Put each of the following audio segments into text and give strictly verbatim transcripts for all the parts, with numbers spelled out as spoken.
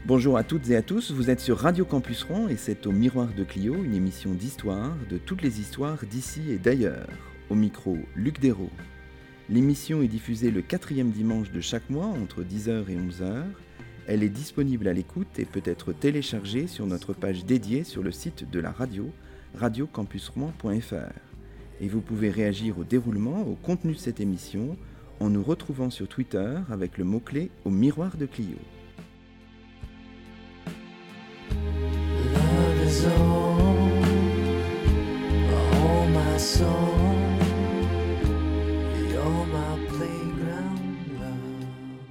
Bonjour à toutes et à tous, vous êtes sur Radio Campus Rouen et c'est au Miroir de Clio, une émission d'histoire, de toutes les histoires d'ici et d'ailleurs. Au micro, Luc Dérault. L'émission est diffusée le quatrième dimanche de chaque mois entre dix heures et onze heures. Elle est disponible à l'écoute et peut être téléchargée sur notre page dédiée sur le site de la radio, radio campus rouen point f r. Et vous pouvez réagir au déroulement, au contenu de cette émission, en nous retrouvant sur Twitter avec le mot-clé au Miroir de Clio. Love is all, all my soul, you're my playground love.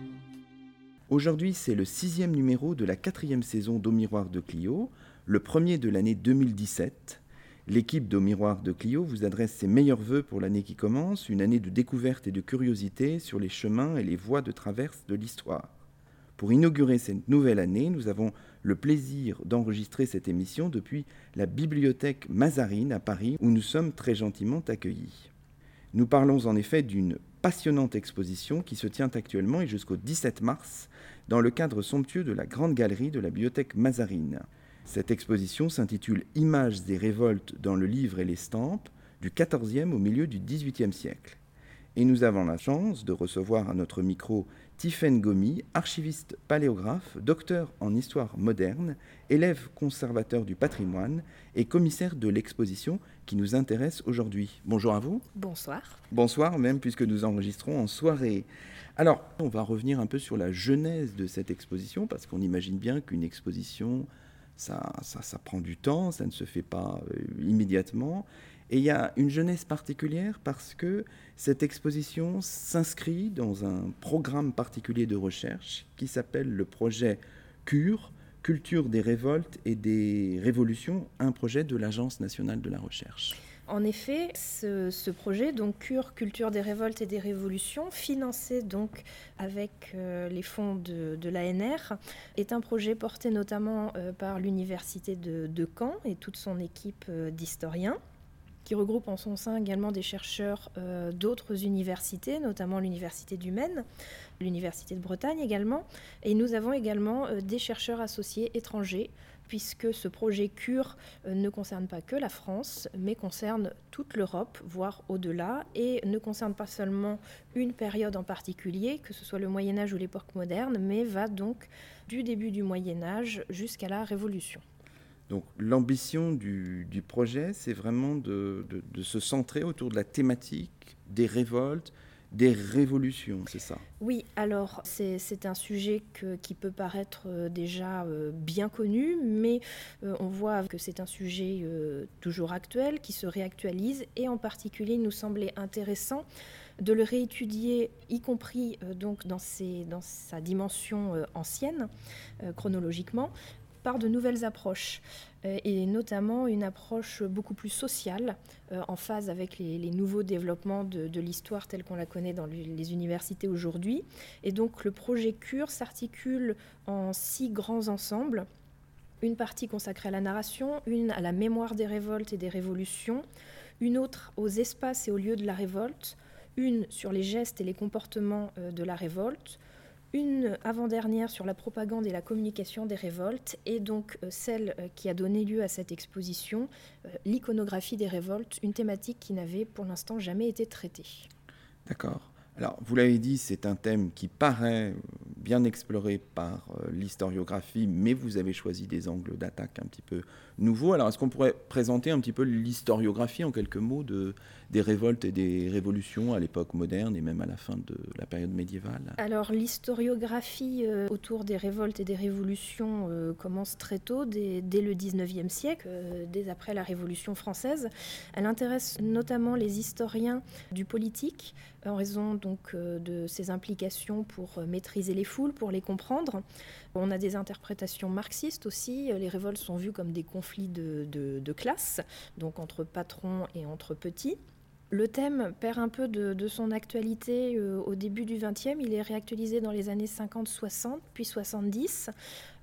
Aujourd'hui, c'est le sixième numéro de la quatrième saison d'Au Miroir de Clio, le premier de l'année deux mille dix-sept. L'équipe d'Au Miroir de Clio vous adresse ses meilleurs vœux pour l'année qui commence, une année de découverte et de curiosité sur les chemins et les voies de traverse de l'histoire. Pour inaugurer cette nouvelle année, nous avons le plaisir d'enregistrer cette émission depuis la bibliothèque Mazarine à Paris, où nous sommes très gentiment accueillis. Nous parlons en effet d'une passionnante exposition qui se tient actuellement et jusqu'au dix-sept mars dans le cadre somptueux de la Grande Galerie de la bibliothèque Mazarine. Cette exposition s'intitule « Images et révoltes dans le livre et l'estampes » du quatorzième au milieu du dix-huitième siècle. Et nous avons la chance de recevoir à notre micro Tiffaine Gomis, archiviste paléographe, docteur en histoire moderne, élève conservateur du patrimoine et commissaire de l'exposition qui nous intéresse aujourd'hui. Bonjour à vous. Bonsoir. Bonsoir même, puisque nous enregistrons en soirée. Alors, on va revenir un peu sur la genèse de cette exposition, parce qu'on imagine bien qu'une exposition, ça, ça, ça prend du temps, ça ne se fait pas euh, immédiatement. Et il y a une jeunesse particulière parce que cette exposition s'inscrit dans un programme particulier de recherche qui s'appelle le projet C U R, Culture des révoltes et des révolutions, un projet de l'Agence nationale de la recherche. En effet, ce, ce projet, donc C U R, Culture des révoltes et des révolutions, financé donc avec euh, les fonds de, de l'A N R, est un projet porté notamment euh, par l'université de, de Caen et toute son équipe euh, d'historiens, qui regroupe en son sein également des chercheurs euh, d'autres universités, notamment l'université du Maine, l'université de Bretagne également. Et nous avons également euh, des chercheurs associés étrangers, puisque ce projet C U R euh, ne concerne pas que la France, mais concerne toute l'Europe, voire au-delà, et ne concerne pas seulement une période en particulier, que ce soit le Moyen-Âge ou l'époque moderne, mais va donc du début du Moyen-Âge jusqu'à la Révolution. Donc l'ambition du, du projet, c'est vraiment de, de, de se centrer autour de la thématique des révoltes, des révolutions, c'est ça? Oui, alors c'est, c'est un sujet que, qui peut paraître euh, déjà euh, bien connu, mais euh, on voit que c'est un sujet euh, toujours actuel, qui se réactualise, et en particulier, il nous semblait intéressant de le réétudier, y compris euh, donc dans, ses, dans sa dimension euh, ancienne, euh, chronologiquement, par de nouvelles approches, euh, et notamment une approche beaucoup plus sociale, euh, en phase avec les, les nouveaux développements de, de l'histoire telle qu'on la connaît dans les, les universités aujourd'hui. Et donc le projet C U R s'articule en six grands ensembles, une partie consacrée à la narration, une à la mémoire des révoltes et des révolutions, une autre aux espaces et aux lieux de la révolte, une sur les gestes et les comportements euh, de la révolte, une avant-dernière sur la propagande et la communication des révoltes, et donc euh, celle euh, qui a donné lieu à cette exposition, euh, l'iconographie des révoltes, une thématique qui n'avait pour l'instant jamais été traitée. D'accord. Alors, vous l'avez dit, c'est un thème qui paraît bien exploré par euh, l'historiographie, mais vous avez choisi des angles d'attaque un petit peu nouveaux. Alors, est-ce qu'on pourrait présenter un petit peu l'historiographie en quelques mots de, des révoltes et des révolutions à l'époque moderne et même à la fin de la période médiévale? Alors, l'historiographie euh, autour des révoltes et des révolutions euh, commence très tôt, dès, dès le dix-neuvième siècle, euh, dès après la Révolution française. Elle intéresse notamment les historiens du politique, en raison donc euh, de ses implications pour euh, maîtriser les foules, pour les comprendre. On a des interprétations marxistes aussi. Les révoltes sont vues comme des conflits de, de, de classe, donc entre patrons et entre petits. Le thème perd un peu de, de son actualité euh, au début du vingtième. Il est réactualisé dans les années cinquante soixante, puis soixante-dix,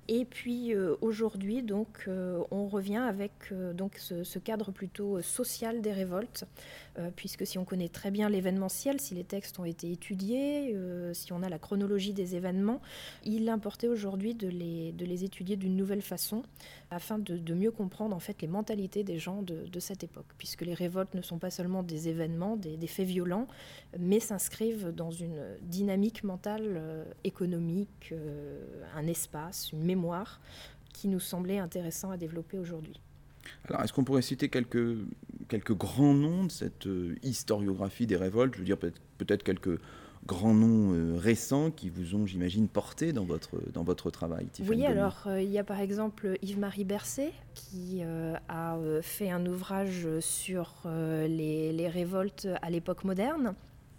Et puis euh, aujourd'hui, donc, euh, on revient avec euh, donc, ce, ce cadre plutôt social des révoltes, euh, puisque si on connaît très bien l'événementiel, si les textes ont été étudiés, euh, si on a la chronologie des événements, il importait aujourd'hui de les, de les étudier d'une nouvelle façon, afin de, de mieux comprendre en fait, les mentalités des gens de, de cette époque, puisque les révoltes ne sont pas seulement des événements, des, des faits violents, mais s'inscrivent dans une dynamique mentale, euh, économique, euh, un espace, une mémoire qui nous semblait intéressant à développer aujourd'hui. Alors, est-ce qu'on pourrait citer quelques, quelques grands noms de cette euh, historiographie des révoltes ? Je veux dire, peut-être, peut-être quelques grands noms euh, récents qui vous ont, j'imagine, porté dans votre, dans votre travail, Tiffany Oui, Gomis. alors euh, il y a par exemple Yves-Marie Bercé qui euh, a euh, fait un ouvrage sur euh, les, les révoltes à l'époque moderne.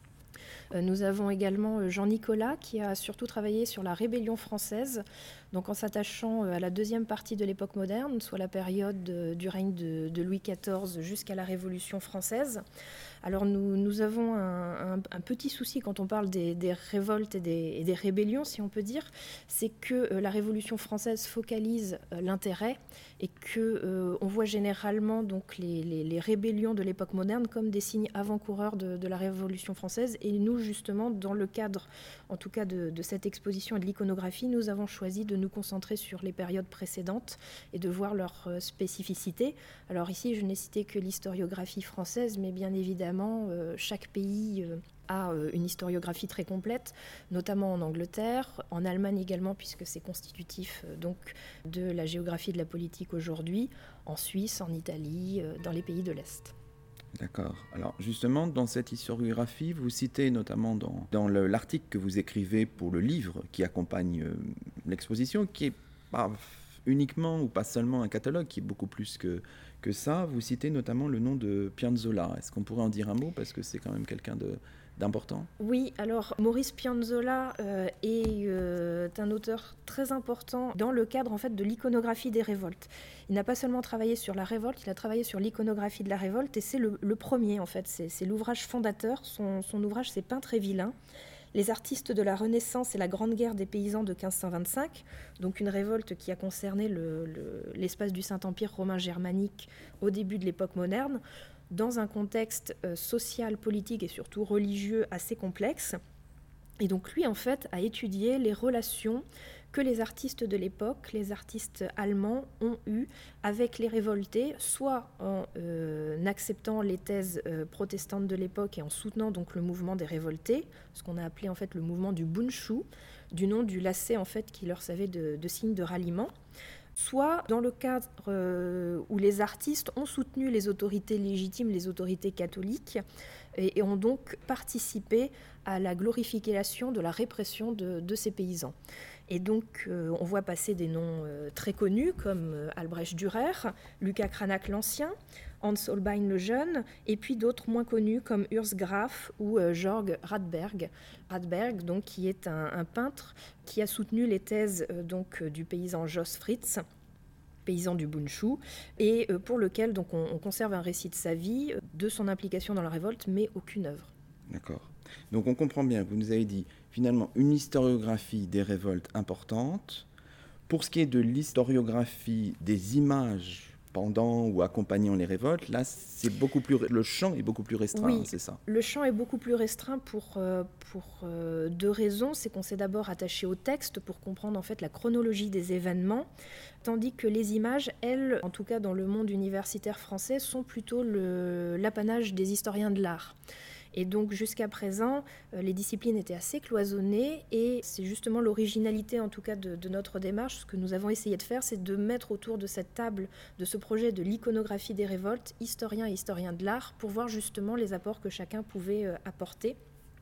Euh, nous avons également Jean Nicolas qui a surtout travaillé sur la rébellion française, donc en s'attachant à la deuxième partie de l'époque moderne, soit la période euh, du règne de, de Louis quatorze jusqu'à la Révolution française. Alors nous, nous avons un, un, un petit souci quand on parle des, des révoltes et des, et des rébellions, si on peut dire, c'est que euh, la Révolution française focalise euh, l'intérêt et qu'on euh, voit généralement donc, les, les, les rébellions de l'époque moderne comme des signes avant-coureurs de, de la Révolution française. Et nous, justement, dans le cadre, en tout cas, de, de cette exposition et de l'iconographie, nous avons choisi de nous concentrer sur les périodes précédentes et de voir leurs euh, spécificités. Alors ici, je n'ai cité que l'historiographie française, mais bien évidemment, Euh, chaque pays euh, a euh, une historiographie très complète, notamment en Angleterre, en Allemagne également, puisque c'est constitutif euh, donc, de la géographie de la politique aujourd'hui, en Suisse, en Italie, euh, dans les pays de l'Est. D'accord. Alors justement, dans cette historiographie, vous citez notamment dans, dans le, l'article que vous écrivez pour le livre qui accompagne euh, l'exposition, qui est pas uniquement ou pas seulement un catalogue, qui est beaucoup plus que, que ça. Vous citez notamment le nom de Piazzolla. Est-ce qu'on pourrait en dire un mot, parce que c'est quand même quelqu'un de, d'important ? Oui, alors Maurice Piazzolla euh, est euh, un auteur très important dans le cadre en fait, de l'iconographie des révoltes. Il n'a pas seulement travaillé sur la révolte, il a travaillé sur l'iconographie de la révolte, et c'est le, le premier en fait, c'est, c'est l'ouvrage fondateur. Son, son ouvrage, c'est Peintre et vilain. Les artistes de la Renaissance et la Grande Guerre des paysans de quinze cent vingt-cinq, donc une révolte qui a concerné le, le, l'espace du Saint-Empire romain germanique au début de l'époque moderne, dans un contexte euh, social, politique et surtout religieux assez complexe. Et donc lui, en fait, a étudié les relations que les artistes de l'époque, les artistes allemands, ont eues avec les révoltés, soit en euh, acceptant les thèses euh, protestantes de l'époque et en soutenant donc le mouvement des révoltés, ce qu'on a appelé en fait le mouvement du Bundschuh, du nom du lacet en fait qui leur servait de, de signe de ralliement, soit dans le cadre euh, où les artistes ont soutenu les autorités légitimes, les autorités catholiques, et, et ont donc participé à la glorification de la répression de, de ces paysans. Et donc, euh, on voit passer des noms euh, très connus comme euh, Albrecht Dürer, Lucas Cranach l'Ancien, Hans Holbein le Jeune, et puis d'autres moins connus comme Urs Graf ou euh, Georg Radberg. Radberg, donc, qui est un, un peintre qui a soutenu les thèses euh, donc, euh, du paysan Jos Fritz, paysan du Bundschuh, et euh, pour lequel donc, on, on conserve un récit de sa vie, euh, de son implication dans la révolte, mais aucune œuvre. D'accord. Donc on comprend bien, vous nous avez dit finalement une historiographie des révoltes importante. Pour ce qui est de l'historiographie des images pendant ou accompagnant les révoltes, là c'est beaucoup plus, le champ est beaucoup plus restreint, oui, hein, c'est ça ? Le champ est beaucoup plus restreint pour, euh, pour euh, deux raisons. C'est qu'on s'est d'abord attaché au texte pour comprendre en fait la chronologie des événements, tandis que les images, elles, en tout cas dans le monde universitaire français, sont plutôt le, l'apanage des historiens de l'art. Et donc jusqu'à présent, euh, les disciplines étaient assez cloisonnées et c'est justement l'originalité en tout cas de, de notre démarche. Ce que nous avons essayé de faire, c'est de mettre autour de cette table, de ce projet de l'iconographie des révoltes, historiens et historiens de l'art, pour voir justement les apports que chacun pouvait euh, apporter.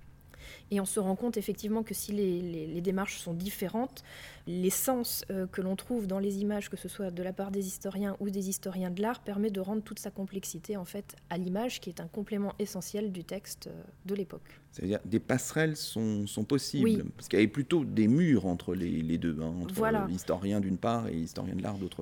Et on se rend compte effectivement que si les, les, les démarches sont différentes, les sens euh, que l'on trouve dans les images, que ce soit de la part des historiens ou des historiens de l'art, permet de rendre toute sa complexité en fait à l'image, qui est un complément essentiel du texte euh, de l'époque. C'est-à-dire des passerelles sont, sont possibles, oui. Parce qu'il y avait plutôt des murs entre les, les deux, hein, entre voilà. historiens d'une part et historiens de l'art d'autre part.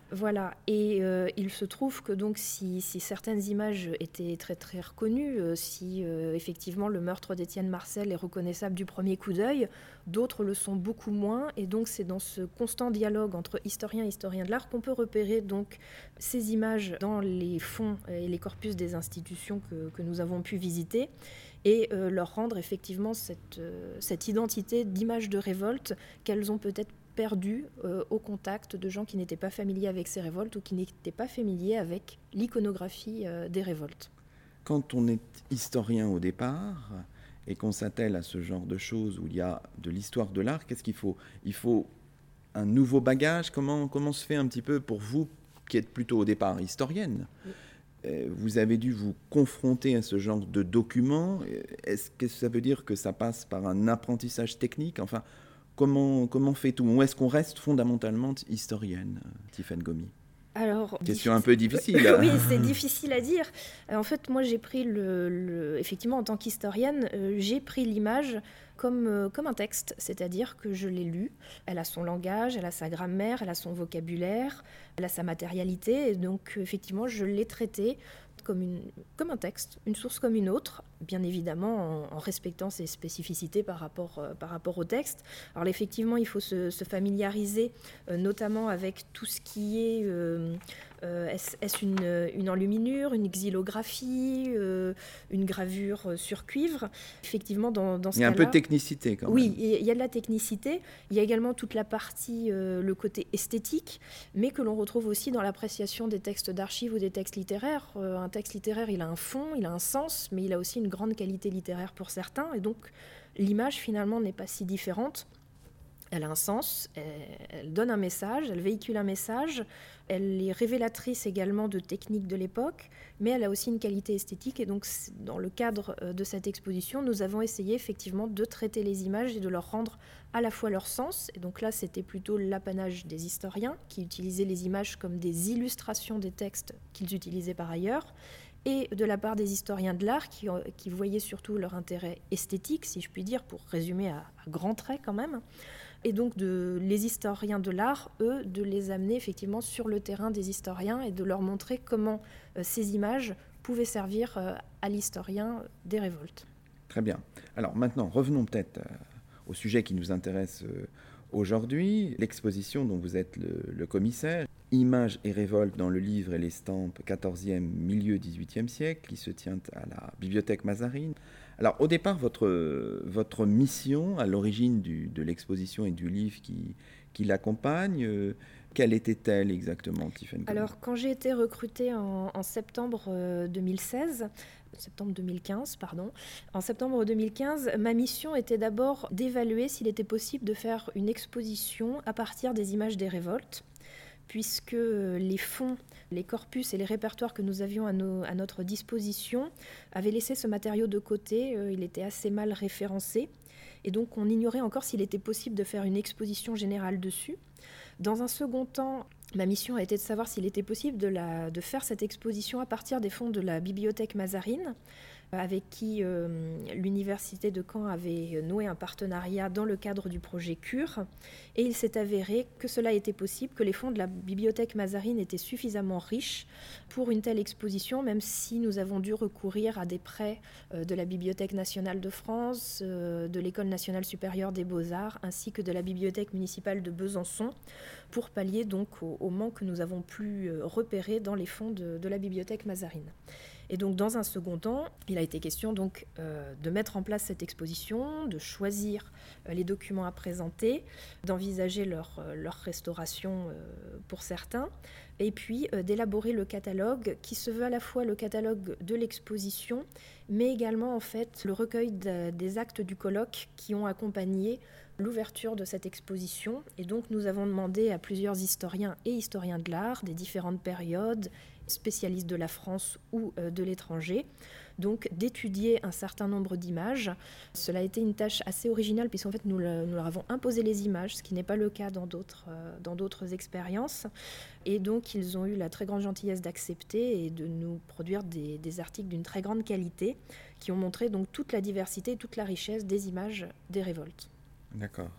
Voilà, et euh, il se trouve que donc si, si certaines images étaient très très reconnues, euh, si euh, effectivement le meurtre d'Étienne Marcel est reconnaissable du premier coup d'œil, d'autres le sont beaucoup moins, et donc c'est dans ce constant dialogue entre historiens et historiens de l'art qu'on peut repérer donc ces images dans les fonds et les corpus des institutions que, que nous avons pu visiter, et euh, leur rendre effectivement cette, euh, cette identité d'image de révolte qu'elles ont peut-être perdu euh, au contact de gens qui n'étaient pas familiers avec ces révoltes ou qui n'étaient pas familiers avec l'iconographie euh, des révoltes. Quand on est historien au départ et qu'on s'attelle à ce genre de choses où il y a de l'histoire de l'art, qu'est-ce qu'il faut ? Il faut un nouveau bagage. Comment, comment se fait un petit peu pour vous qui êtes plutôt au départ historienne ? Oui. euh, Vous avez dû vous confronter à ce genre de documents. Est-ce que ça veut dire que ça passe par un apprentissage technique ? Enfin, Comment, comment fait-on ? Où est-ce qu'on reste fondamentalement historienne, Tiffaine Gomis ? Alors, question un peu difficile. Oui, c'est difficile à dire. En fait, moi, j'ai pris le, le effectivement en tant qu'historienne, euh, j'ai pris l'image comme euh, comme un texte, c'est-à-dire que je l'ai lue. Elle a son langage, elle a sa grammaire, elle a son vocabulaire, elle a sa matérialité, et donc effectivement, je l'ai traitée comme, une, comme un texte, une source comme une autre, bien évidemment en, en respectant ses spécificités par rapport, euh, par rapport au texte. Alors effectivement, il faut se, se familiariser euh, notamment avec tout ce qui est... Euh, euh, est-ce, est-ce une, une enluminure, une xylographie, euh, une gravure sur cuivre ? Effectivement, dans, dans ce cas-là... Il y a un cas-là, peu de technicité quand même. Oui, il y a de la technicité. Il y a également toute la partie, euh, le côté esthétique, mais que l'on retrouve aussi dans l'appréciation des textes d'archives ou des textes littéraires. Euh, un texte littéraire, il a un fond, il a un sens, mais il a aussi une grande qualité littéraire pour certains. Et donc, l'image, finalement, n'est pas si différente. Elle a un sens, elle, elle donne un message, elle véhicule un message, elle est révélatrice également de techniques de l'époque, mais elle a aussi une qualité esthétique. Et donc, dans le cadre de cette exposition, nous avons essayé effectivement de traiter les images et de leur rendre à la fois leur sens. Et donc là, c'était plutôt l'apanage des historiens qui utilisaient les images comme des illustrations des textes qu'ils utilisaient par ailleurs, et de la part des historiens de l'art qui, qui voyaient surtout leur intérêt esthétique, si je puis dire, pour résumer à, à grands traits quand même. Et donc de, les historiens de l'art, eux, de les amener effectivement sur le terrain des historiens et de leur montrer comment euh, ces images pouvaient servir euh, à l'historien des révoltes. Très bien. Alors maintenant, revenons peut-être euh, au sujet qui nous intéresse euh, aujourd'hui, l'exposition dont vous êtes le, le commissaire. Images et révoltes dans le livre et l'estampe quatorzième, milieu dix-huitième siècle, qui se tient à la Bibliothèque Mazarine. Alors, au départ, votre, votre mission, à l'origine du, de l'exposition et du livre qui, qui l'accompagne, euh, quelle était-elle exactement, Tiffaine Gomis ? Alors, quand j'ai été recrutée en, en septembre euh, deux mille seize, septembre deux mille quinze, pardon, en septembre deux mille quinze, ma mission était d'abord d'évaluer s'il était possible de faire une exposition à partir des images des révoltes, puisque les fonds, les corpus et les répertoires que nous avions à, nos, à notre disposition avaient laissé ce matériau de côté. Il était assez mal référencé, et donc on ignorait encore s'il était possible de faire une exposition générale dessus. Dans un second temps, ma mission a été de savoir s'il était possible de, la, de faire cette exposition à partir des fonds de la Bibliothèque Mazarine, avec qui euh, l'Université de Caen avait noué un partenariat dans le cadre du projet Cure. Et il s'est avéré que cela était possible, que les fonds de la Bibliothèque Mazarine étaient suffisamment riches pour une telle exposition, même si nous avons dû recourir à des prêts euh, de la Bibliothèque nationale de France, euh, de l'École nationale supérieure des beaux-arts, ainsi que de la Bibliothèque municipale de Besançon, pour pallier donc au, au manque que nous avons pu euh, repérer dans les fonds de, de la Bibliothèque Mazarine. Et donc, dans un second temps, il a été question donc, euh, de mettre en place cette exposition, de choisir euh, les documents à présenter, d'envisager leur, euh, leur restauration euh, pour certains, et puis euh, d'élaborer le catalogue qui se veut à la fois le catalogue de l'exposition, mais également en fait le recueil de, des actes du colloque qui ont accompagné l'ouverture de cette exposition. Et donc, nous avons demandé à plusieurs historiens et historiens de l'art des différentes périodes, spécialistes de la France ou de l'étranger, donc d'étudier un certain nombre d'images. Cela a été une tâche assez originale puisqu'en fait nous, le, nous leur avons imposé les images, ce qui n'est pas le cas dans d'autres, euh, dans d'autres expériences. Et donc ils ont eu la très grande gentillesse d'accepter et de nous produire des, des articles d'une très grande qualité qui ont montré donc toute la diversité et toute la richesse des images des révoltes. D'accord.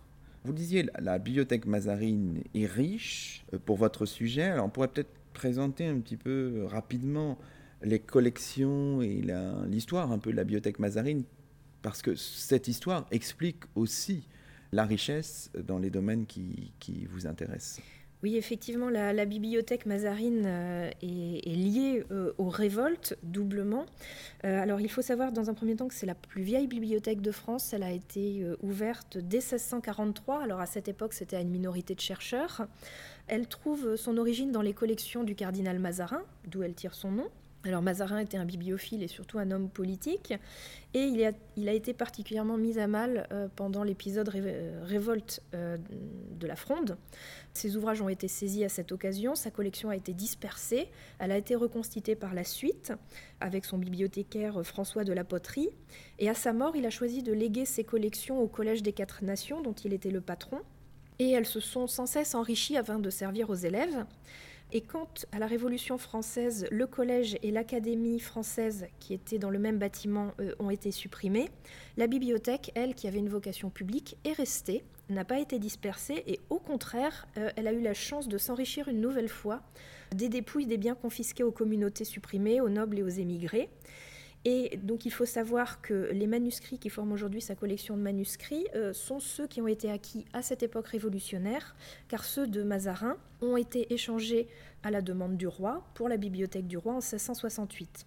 Vous disiez, la, la bibliothèque Mazarine est riche euh, pour votre sujet. Alors on pourrait peut-être présenter un petit peu euh, rapidement les collections et la, l'histoire un peu de la bibliothèque Mazarine, parce que cette histoire explique aussi la richesse dans les domaines qui, qui vous intéressent. Oui, effectivement, la, la bibliothèque Mazarine euh, est, est liée euh, aux révoltes doublement. Euh, alors, il faut savoir dans un premier temps que c'est la plus vieille bibliothèque de France. Elle a été euh, ouverte dès seize cent quarante-trois. Alors, à cette époque, c'était à une minorité de chercheurs. Elle trouve son origine dans les collections du cardinal Mazarin, d'où elle tire son nom. Alors Mazarin était un bibliophile et surtout un homme politique, et il a, il a été particulièrement mis à mal euh, pendant l'épisode ré, révolte euh, de la Fronde. Ses ouvrages ont été saisis à cette occasion, sa collection a été dispersée, elle a été reconstituée par la suite avec son bibliothécaire François de la Poterie, et à sa mort, il a choisi de léguer ses collections au Collège des Quatre Nations, dont il était le patron, et elles se sont sans cesse enrichies afin de servir aux élèves. Et quand, à la Révolution française, le collège et l'Académie française, qui étaient dans le même bâtiment, euh, ont été supprimés, la bibliothèque, elle, qui avait une vocation publique, est restée, n'a pas été dispersée, et au contraire, euh, elle a eu la chance de s'enrichir une nouvelle fois des dépouilles des biens confisqués aux communautés supprimées, aux nobles et aux émigrés. Et donc il faut savoir que les manuscrits qui forment aujourd'hui sa collection de manuscrits euh, sont ceux qui ont été acquis à cette époque révolutionnaire, car ceux de Mazarin ont été échangés à la demande du roi pour la bibliothèque du roi en seize cent soixante-huit.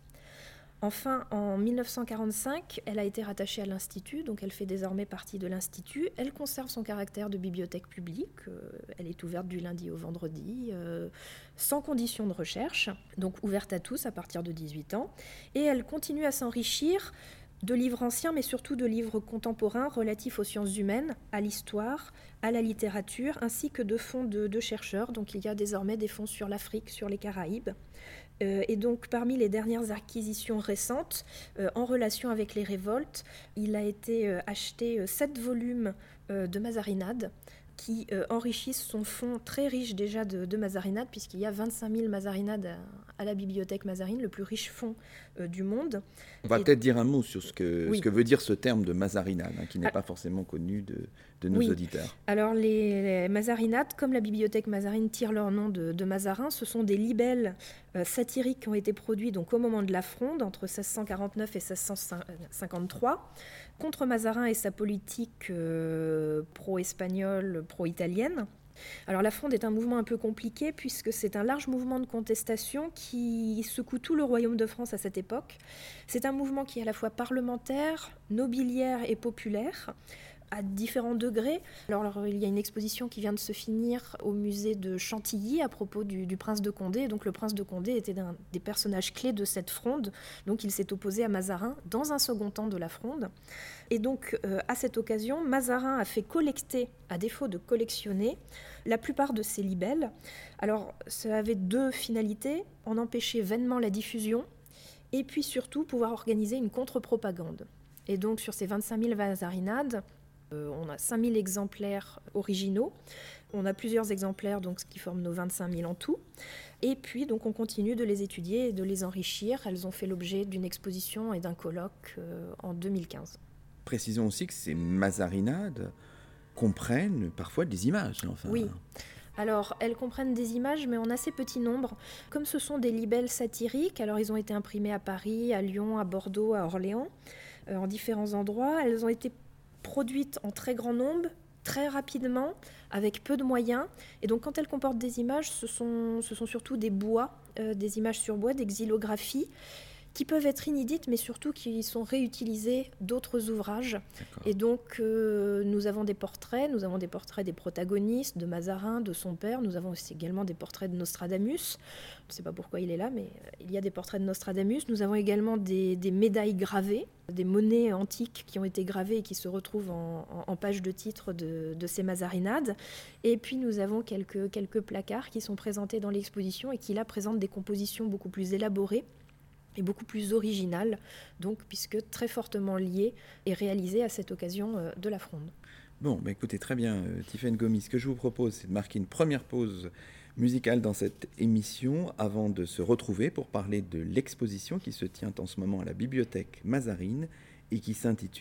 Enfin, en mille neuf cent quarante-cinq, elle a été rattachée à l'Institut, donc elle fait désormais partie de l'Institut. Elle conserve son caractère de bibliothèque publique, euh, elle est ouverte du lundi au vendredi, euh, sans condition de recherche, donc ouverte à tous à partir de dix-huit ans. Et elle continue à s'enrichir de livres anciens, mais surtout de livres contemporains relatifs aux sciences humaines, à l'histoire, à la littérature, ainsi que de fonds de, de chercheurs. Donc il y a désormais des fonds sur l'Afrique, sur les Caraïbes. Euh, et donc parmi les dernières acquisitions récentes, euh, en relation avec les révoltes, il a été euh, acheté euh, sept volumes euh, de Mazarinades, qui euh, enrichissent son fonds très riche déjà de, de Mazarinades, puisqu'il y a vingt-cinq mille Mazarinades à, à la bibliothèque Mazarine, le plus riche fonds euh, du monde. On va Et... peut-être dire un mot sur ce que, oui. ce que veut dire ce terme de Mazarinade, hein, qui n'est ah. pas forcément connu de, de nos oui. auditeurs. Alors les, les Mazarinades, comme la bibliothèque Mazarine tire leur nom de, de Mazarin, ce sont des libelles euh, satiriques qui ont été produits donc, au moment de la Fronde, entre seize cent quarante-neuf et seize cent cinquante-trois, contre Mazarin et sa politique euh, pro-espagnole, pro-italienne. Alors la Fronde est un mouvement un peu compliqué puisque c'est un large mouvement de contestation qui secoue tout le royaume de France à cette époque. C'est un mouvement qui est à la fois parlementaire, nobiliaire et populaire, à différents degrés. Alors, alors, il y a une exposition qui vient de se finir au musée de Chantilly à propos du, du prince de Condé. Donc le prince de Condé était un des personnages clés de cette fronde. Donc il s'est opposé à Mazarin dans un second temps de la fronde. Et donc euh, à cette occasion, Mazarin a fait collecter, à défaut de collectionner, la plupart de ces libelles. Alors ça avait deux finalités, en empêcher vainement la diffusion et puis surtout pouvoir organiser une contre-propagande. Et donc sur ces vingt-cinq mille Mazarinades, Euh, on a cinq mille exemplaires originaux, on a plusieurs exemplaires donc, qui forment nos vingt-cinq mille en tout, et puis donc, on continue de les étudier et de les enrichir. Elles ont fait l'objet d'une exposition et d'un colloque euh, en deux mille quinze. Précisons aussi que ces Mazarinades comprennent parfois des images. Enfin. Oui. Alors, elles comprennent des images, mais en assez petit nombre. Comme ce sont des libelles satiriques, alors ils ont été imprimés à Paris, à Lyon, à Bordeaux, à Orléans, euh, en différents endroits. Elles ont été produites en très grand nombre, très rapidement, avec peu de moyens. Et donc quand elles comportent des images, ce sont, ce sont surtout des bois, euh, des images sur bois, des xylographies, qui peuvent être inédites, mais surtout qui sont réutilisées d'autres ouvrages. D'accord. Et donc, euh, nous avons des portraits, nous avons des portraits des protagonistes, de Mazarin, de son père, nous avons aussi également des portraits de Nostradamus. Je ne sais pas pourquoi il est là, mais il y a des portraits de Nostradamus. Nous avons également des, des médailles gravées, des monnaies antiques qui ont été gravées et qui se retrouvent en, en, en page de titre de, de ces Mazarinades. Et puis, nous avons quelques, quelques placards qui sont présentés dans l'exposition et qui, là, présentent des compositions beaucoup plus élaborées et beaucoup plus original, donc, puisque très fortement lié et réalisé à cette occasion euh, de la Fronde. Bon, bah écoutez, très bien, euh, Tiffaine Gomis. Ce que je vous propose, c'est de marquer une première pause musicale dans cette émission avant de se retrouver pour parler de l'exposition qui se tient en ce moment à la bibliothèque Mazarine et qui s'intitule «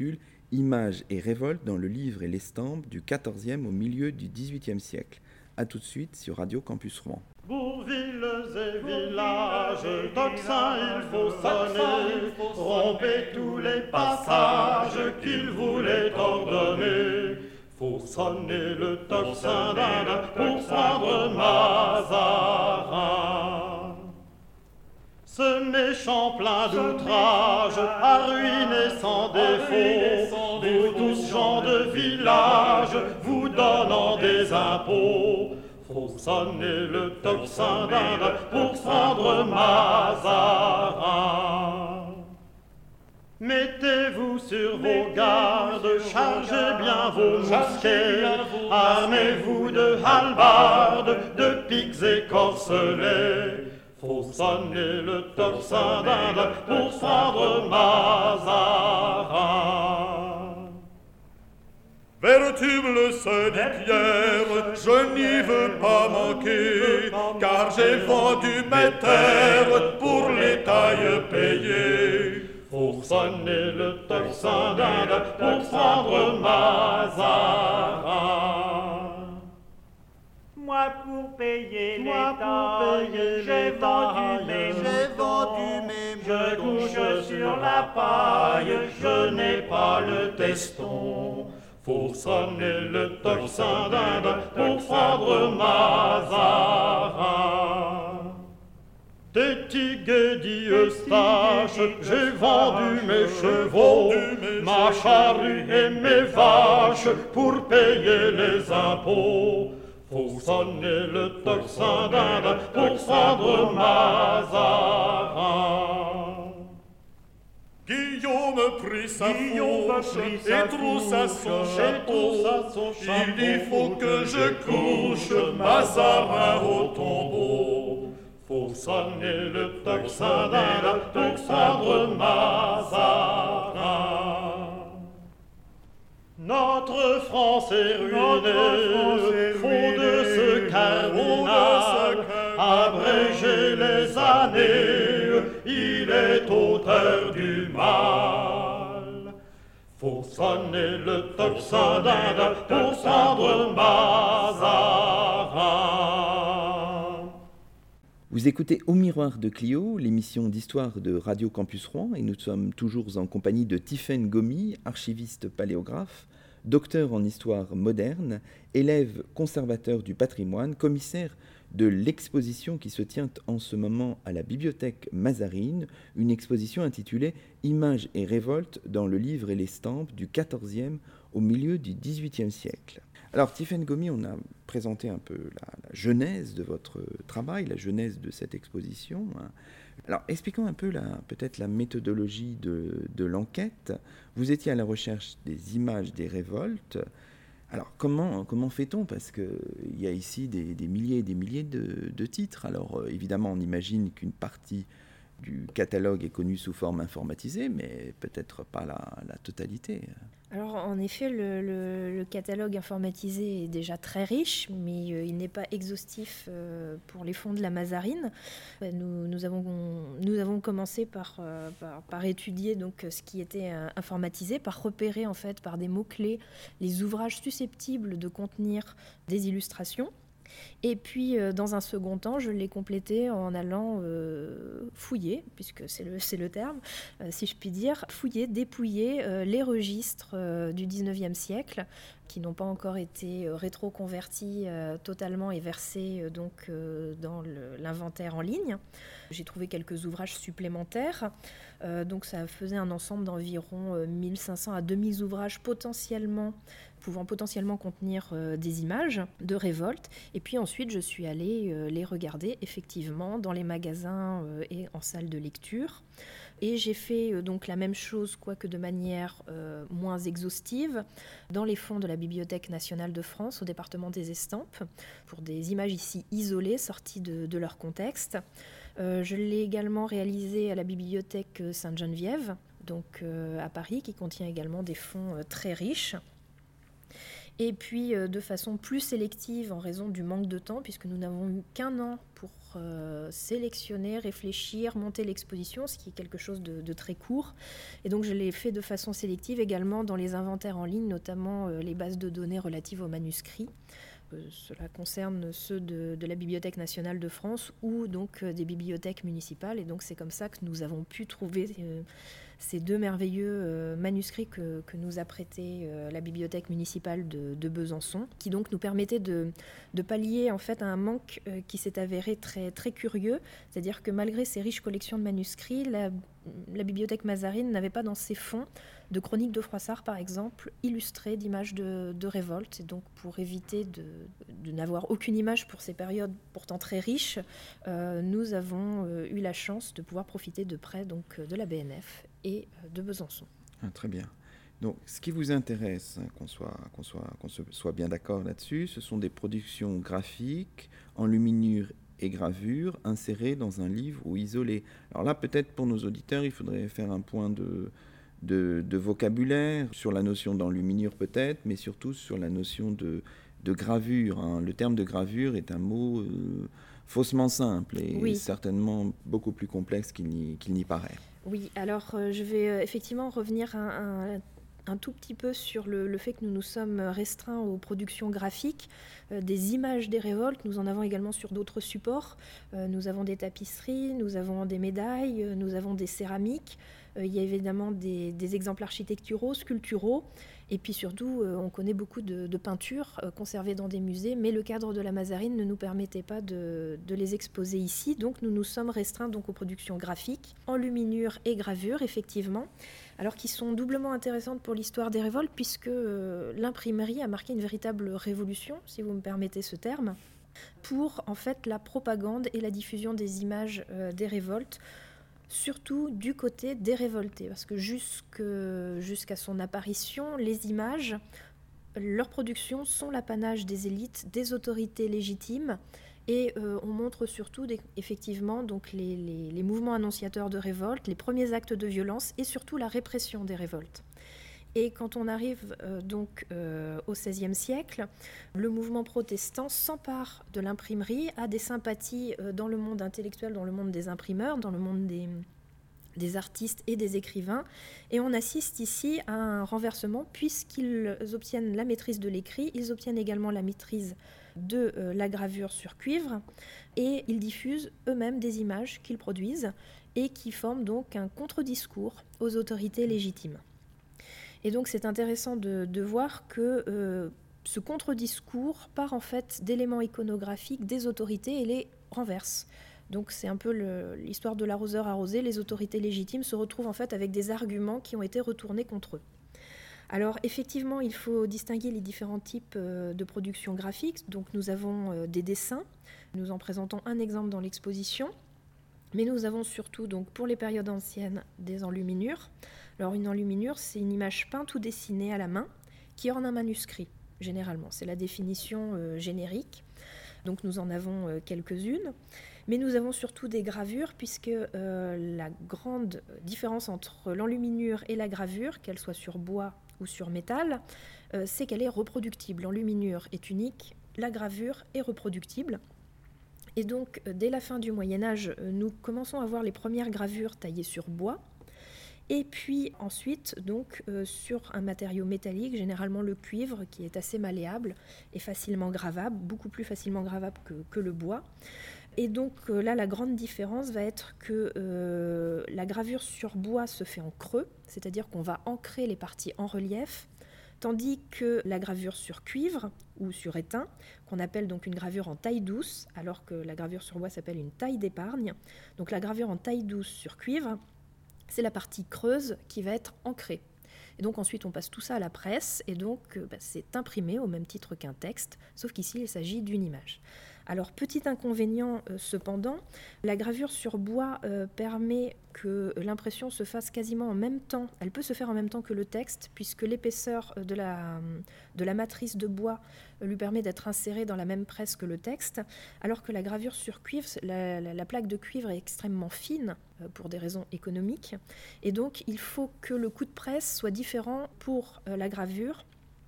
Images et révoltes dans le livre et l'estampe du quatorzième au milieu du dix-huitième siècle. A tout de suite sur Radio Campus Rouen. Pour villes et villages, tocsin il faut sonner, rompez tous les passages qu'il voulait ordonner. Faut sonner le tocsin d'Inde pour prendre Mazarin. Ce méchant plein d'outrage a ruiné sans défaut, vous tous gens de village, vous donnant des impôts. Faut sonner le tocsin d'Inde pour prendre Mazarin. Mettez-vous sur vos gardes, chargez bien vos mousquets, armez-vous de hallebardes, de piques et corselets. Faut sonner le tocsin d'Inde pour prendre Mazarin. Véritable ce dit Pierre, je n'y veux pas manquer, car j'ai vendu mes terres pour les tailles payées. Faut sonner le tocsin d'Inde pour prendre Mazarin. Moi pour payer les Moi pour tailles, payer j'ai les vendu tailles, mes j'ai moutons. vendu mes Je moutons, couche je sur la paille, je n'ai pas le teston. Faut sonner le tocsin d'Inde pour prendre Mazarin. Tétigué Eustache, j'ai vendu mes chevaux, ma charrue et mes vaches pour payer les impôts. Faut sonner le tocsin d'Inde pour prendre Mazarin. Guillaume prit sa fourche et troussa son chapeau. Il dit faut que je couche Mazarin au tombeau. Faut sonner le tocsin d'Inde pour prendre Mazarin. Notre France est ruinée, faux de ce cardinal, abréger les années, il est auteur du mal. Faut sonner le tocsin d'Inde pour prendre Mazarin. Vous écoutez Au Miroir de Clio, l'émission d'histoire de Radio Campus Rouen, et nous sommes toujours en compagnie de Tiffaine Gomy, archiviste paléographe, docteur en histoire moderne, élève conservateur du patrimoine, commissaire de l'exposition qui se tient en ce moment à la bibliothèque Mazarine, une exposition intitulée « Images et révoltes dans le livre et l'estampe du quatorzième au milieu du dix-huitième siècle ». Alors Tiffaine Gomy, on a présenté un peu la, la genèse de votre travail, la genèse de cette exposition. Alors expliquons un peu la, peut-être la méthodologie de, de l'enquête. Vous étiez à la recherche des images des révoltes. Alors comment, comment fait-on ? Parce qu'il y a ici des, des milliers et des milliers de, de titres. Alors évidemment, on imagine qu'une partie du catalogue est connue sous forme informatisée, mais peut-être pas la, la totalité. Alors en effet, le, le, le catalogue informatisé est déjà très riche, mais euh, il n'est pas exhaustif euh, pour les fonds de la Mazarine. Nous, nous, avons, nous avons commencé par, euh, par, par étudier donc, ce qui était euh, informatisé, par repérer en fait par des mots-clés les ouvrages susceptibles de contenir des illustrations. Et puis, euh, dans un second temps, je l'ai complété en allant euh, fouiller, puisque c'est le, c'est le terme, euh, si je puis dire, fouiller, dépouiller euh, les registres euh, du dix-neuvième siècle, qui n'ont pas encore été euh, rétro-convertis euh, totalement et versés euh, donc, euh, dans le, l'inventaire en ligne. J'ai trouvé quelques ouvrages supplémentaires, euh, donc ça faisait un ensemble d'environ euh, mille cinq cents à deux mille ouvrages potentiellement pouvant potentiellement contenir euh, des images de révolte. Et puis ensuite, je suis allée euh, les regarder effectivement dans les magasins euh, et en salle de lecture. Et j'ai fait euh, donc la même chose, quoique de manière euh, moins exhaustive, dans les fonds de la Bibliothèque nationale de France, au département des Estampes, pour des images ici isolées, sorties de, de leur contexte. Euh, je l'ai également réalisé à la Bibliothèque Sainte-Geneviève, donc euh, à Paris, qui contient également des fonds euh, très riches. Et puis euh, de façon plus sélective en raison du manque de temps, puisque nous n'avons eu qu'un an pour euh, sélectionner, réfléchir, monter l'exposition, ce qui est quelque chose de, de très court. Et donc je l'ai fait de façon sélective également dans les inventaires en ligne, notamment euh, les bases de données relatives aux manuscrits. Euh, cela concerne ceux de, de la Bibliothèque nationale de France ou donc euh, des bibliothèques municipales. Et donc c'est comme ça que nous avons pu trouver euh, ces deux merveilleux euh, manuscrits que, que nous a prêtés euh, la bibliothèque municipale de, de Besançon, qui donc nous permettaient de, de pallier en fait à un manque euh, qui s'est avéré très, très curieux. C'est-à-dire que malgré ces riches collections de manuscrits, la, la bibliothèque Mazarine n'avait pas dans ses fonds de chroniques de Froissart, par exemple, illustrées d'images de, de révolte. Et donc, pour éviter de, de n'avoir aucune image pour ces périodes pourtant très riches, euh, nous avons euh, eu la chance de pouvoir profiter de près donc, de la B N F et de Besançon. Ah, très bien. Donc, ce qui vous intéresse, hein, qu'on soit, qu'on soit, qu'on se, soit bien d'accord là-dessus, ce sont des productions graphiques, enluminures et gravures insérées dans un livre ou isolées. Alors là, peut-être pour nos auditeurs, il faudrait faire un point de... De, de vocabulaire, sur la notion d'enluminure peut-être, mais surtout sur la notion de, de gravure. Hein. Le terme de gravure est un mot euh, faussement simple et oui. certainement beaucoup plus complexe qu'il n'y, qu'il n'y paraît. Oui, alors euh, je vais euh, effectivement revenir un, un, un tout petit peu sur le, le fait que nous nous sommes restreints aux productions graphiques. Euh, des images des révoltes, nous en avons également sur d'autres supports. Euh, nous avons des tapisseries, nous avons des médailles, euh, nous avons des céramiques. Euh, il y a évidemment des, des exemples architecturaux, sculpturaux, et puis surtout, euh, on connaît beaucoup de, de peintures euh, conservées dans des musées, mais le cadre de la Mazarine ne nous permettait pas de, de les exposer ici, donc nous nous sommes restreints donc aux productions graphiques, enluminures et gravures, effectivement, alors qui sont doublement intéressantes pour l'histoire des révoltes, puisque euh, l'imprimerie a marqué une véritable révolution, si vous me permettez ce terme, pour en fait la propagande et la diffusion des images euh, des révoltes, surtout du côté des révoltés, parce que jusque, jusqu'à son apparition, les images, leur production sont l'apanage des élites, des autorités légitimes, et euh, on montre surtout des, effectivement donc les, les, les mouvements annonciateurs de révolte, les premiers actes de violence et surtout la répression des révoltes. Et quand on arrive euh, donc euh, au seizième siècle, le mouvement protestant s'empare de l'imprimerie, a des sympathies euh, dans le monde intellectuel, dans le monde des imprimeurs, dans le monde des, des artistes et des écrivains. Et on assiste ici à un renversement puisqu'ils obtiennent la maîtrise de l'écrit, ils obtiennent également la maîtrise de euh, la gravure sur cuivre et ils diffusent eux-mêmes des images qu'ils produisent et qui forment donc un contre-discours aux autorités légitimes. Et donc c'est intéressant de, de voir que euh, ce contre-discours part en fait d'éléments iconographiques des autorités et les renverse. Donc c'est un peu le, l'histoire de l'arroseur arrosé. Les autorités légitimes se retrouvent en fait avec des arguments qui ont été retournés contre eux. Alors effectivement, il faut distinguer les différents types euh, de production graphique. Donc nous avons euh, des dessins. Nous en présentons un exemple dans l'exposition. Mais nous avons surtout, donc, pour les périodes anciennes, des enluminures. Alors une enluminure, c'est une image peinte ou dessinée à la main qui orne un manuscrit, généralement. C'est la définition euh, générique. Donc nous en avons euh, quelques-unes. Mais nous avons surtout des gravures, puisque euh, la grande différence entre l'enluminure et la gravure, qu'elle soit sur bois ou sur métal, euh, c'est qu'elle est reproductible. L'enluminure est unique, la gravure est reproductible. Et donc, dès la fin du Moyen-Âge, nous commençons à voir les premières gravures taillées sur bois. Et puis ensuite, donc, euh, sur un matériau métallique, généralement le cuivre, qui est assez malléable et facilement gravable, beaucoup plus facilement gravable que, que le bois. Et donc euh, là, la grande différence va être que euh, la gravure sur bois se fait en creux, c'est-à-dire qu'on va ancrer les parties en relief, tandis que la gravure sur cuivre ou sur étain, qu'on appelle donc une gravure en taille douce, alors que la gravure sur bois s'appelle une taille d'épargne. Donc la gravure en taille douce sur cuivre, c'est la partie creuse qui va être ancrée. Et donc ensuite on passe tout ça à la presse, et donc euh, bah, c'est imprimé au même titre qu'un texte, sauf qu'ici il s'agit d'une image. Alors petit inconvénient euh, cependant, la gravure sur bois euh, permet que l'impression se fasse quasiment en même temps. Elle peut se faire en même temps que le texte, puisque l'épaisseur de la, de la matrice de bois lui permet d'être insérée dans la même presse que le texte, alors que la gravure sur cuivre, la, la, la plaque de cuivre est extrêmement fine euh, pour des raisons économiques, et donc il faut que le coup de presse soit différent pour euh, la gravure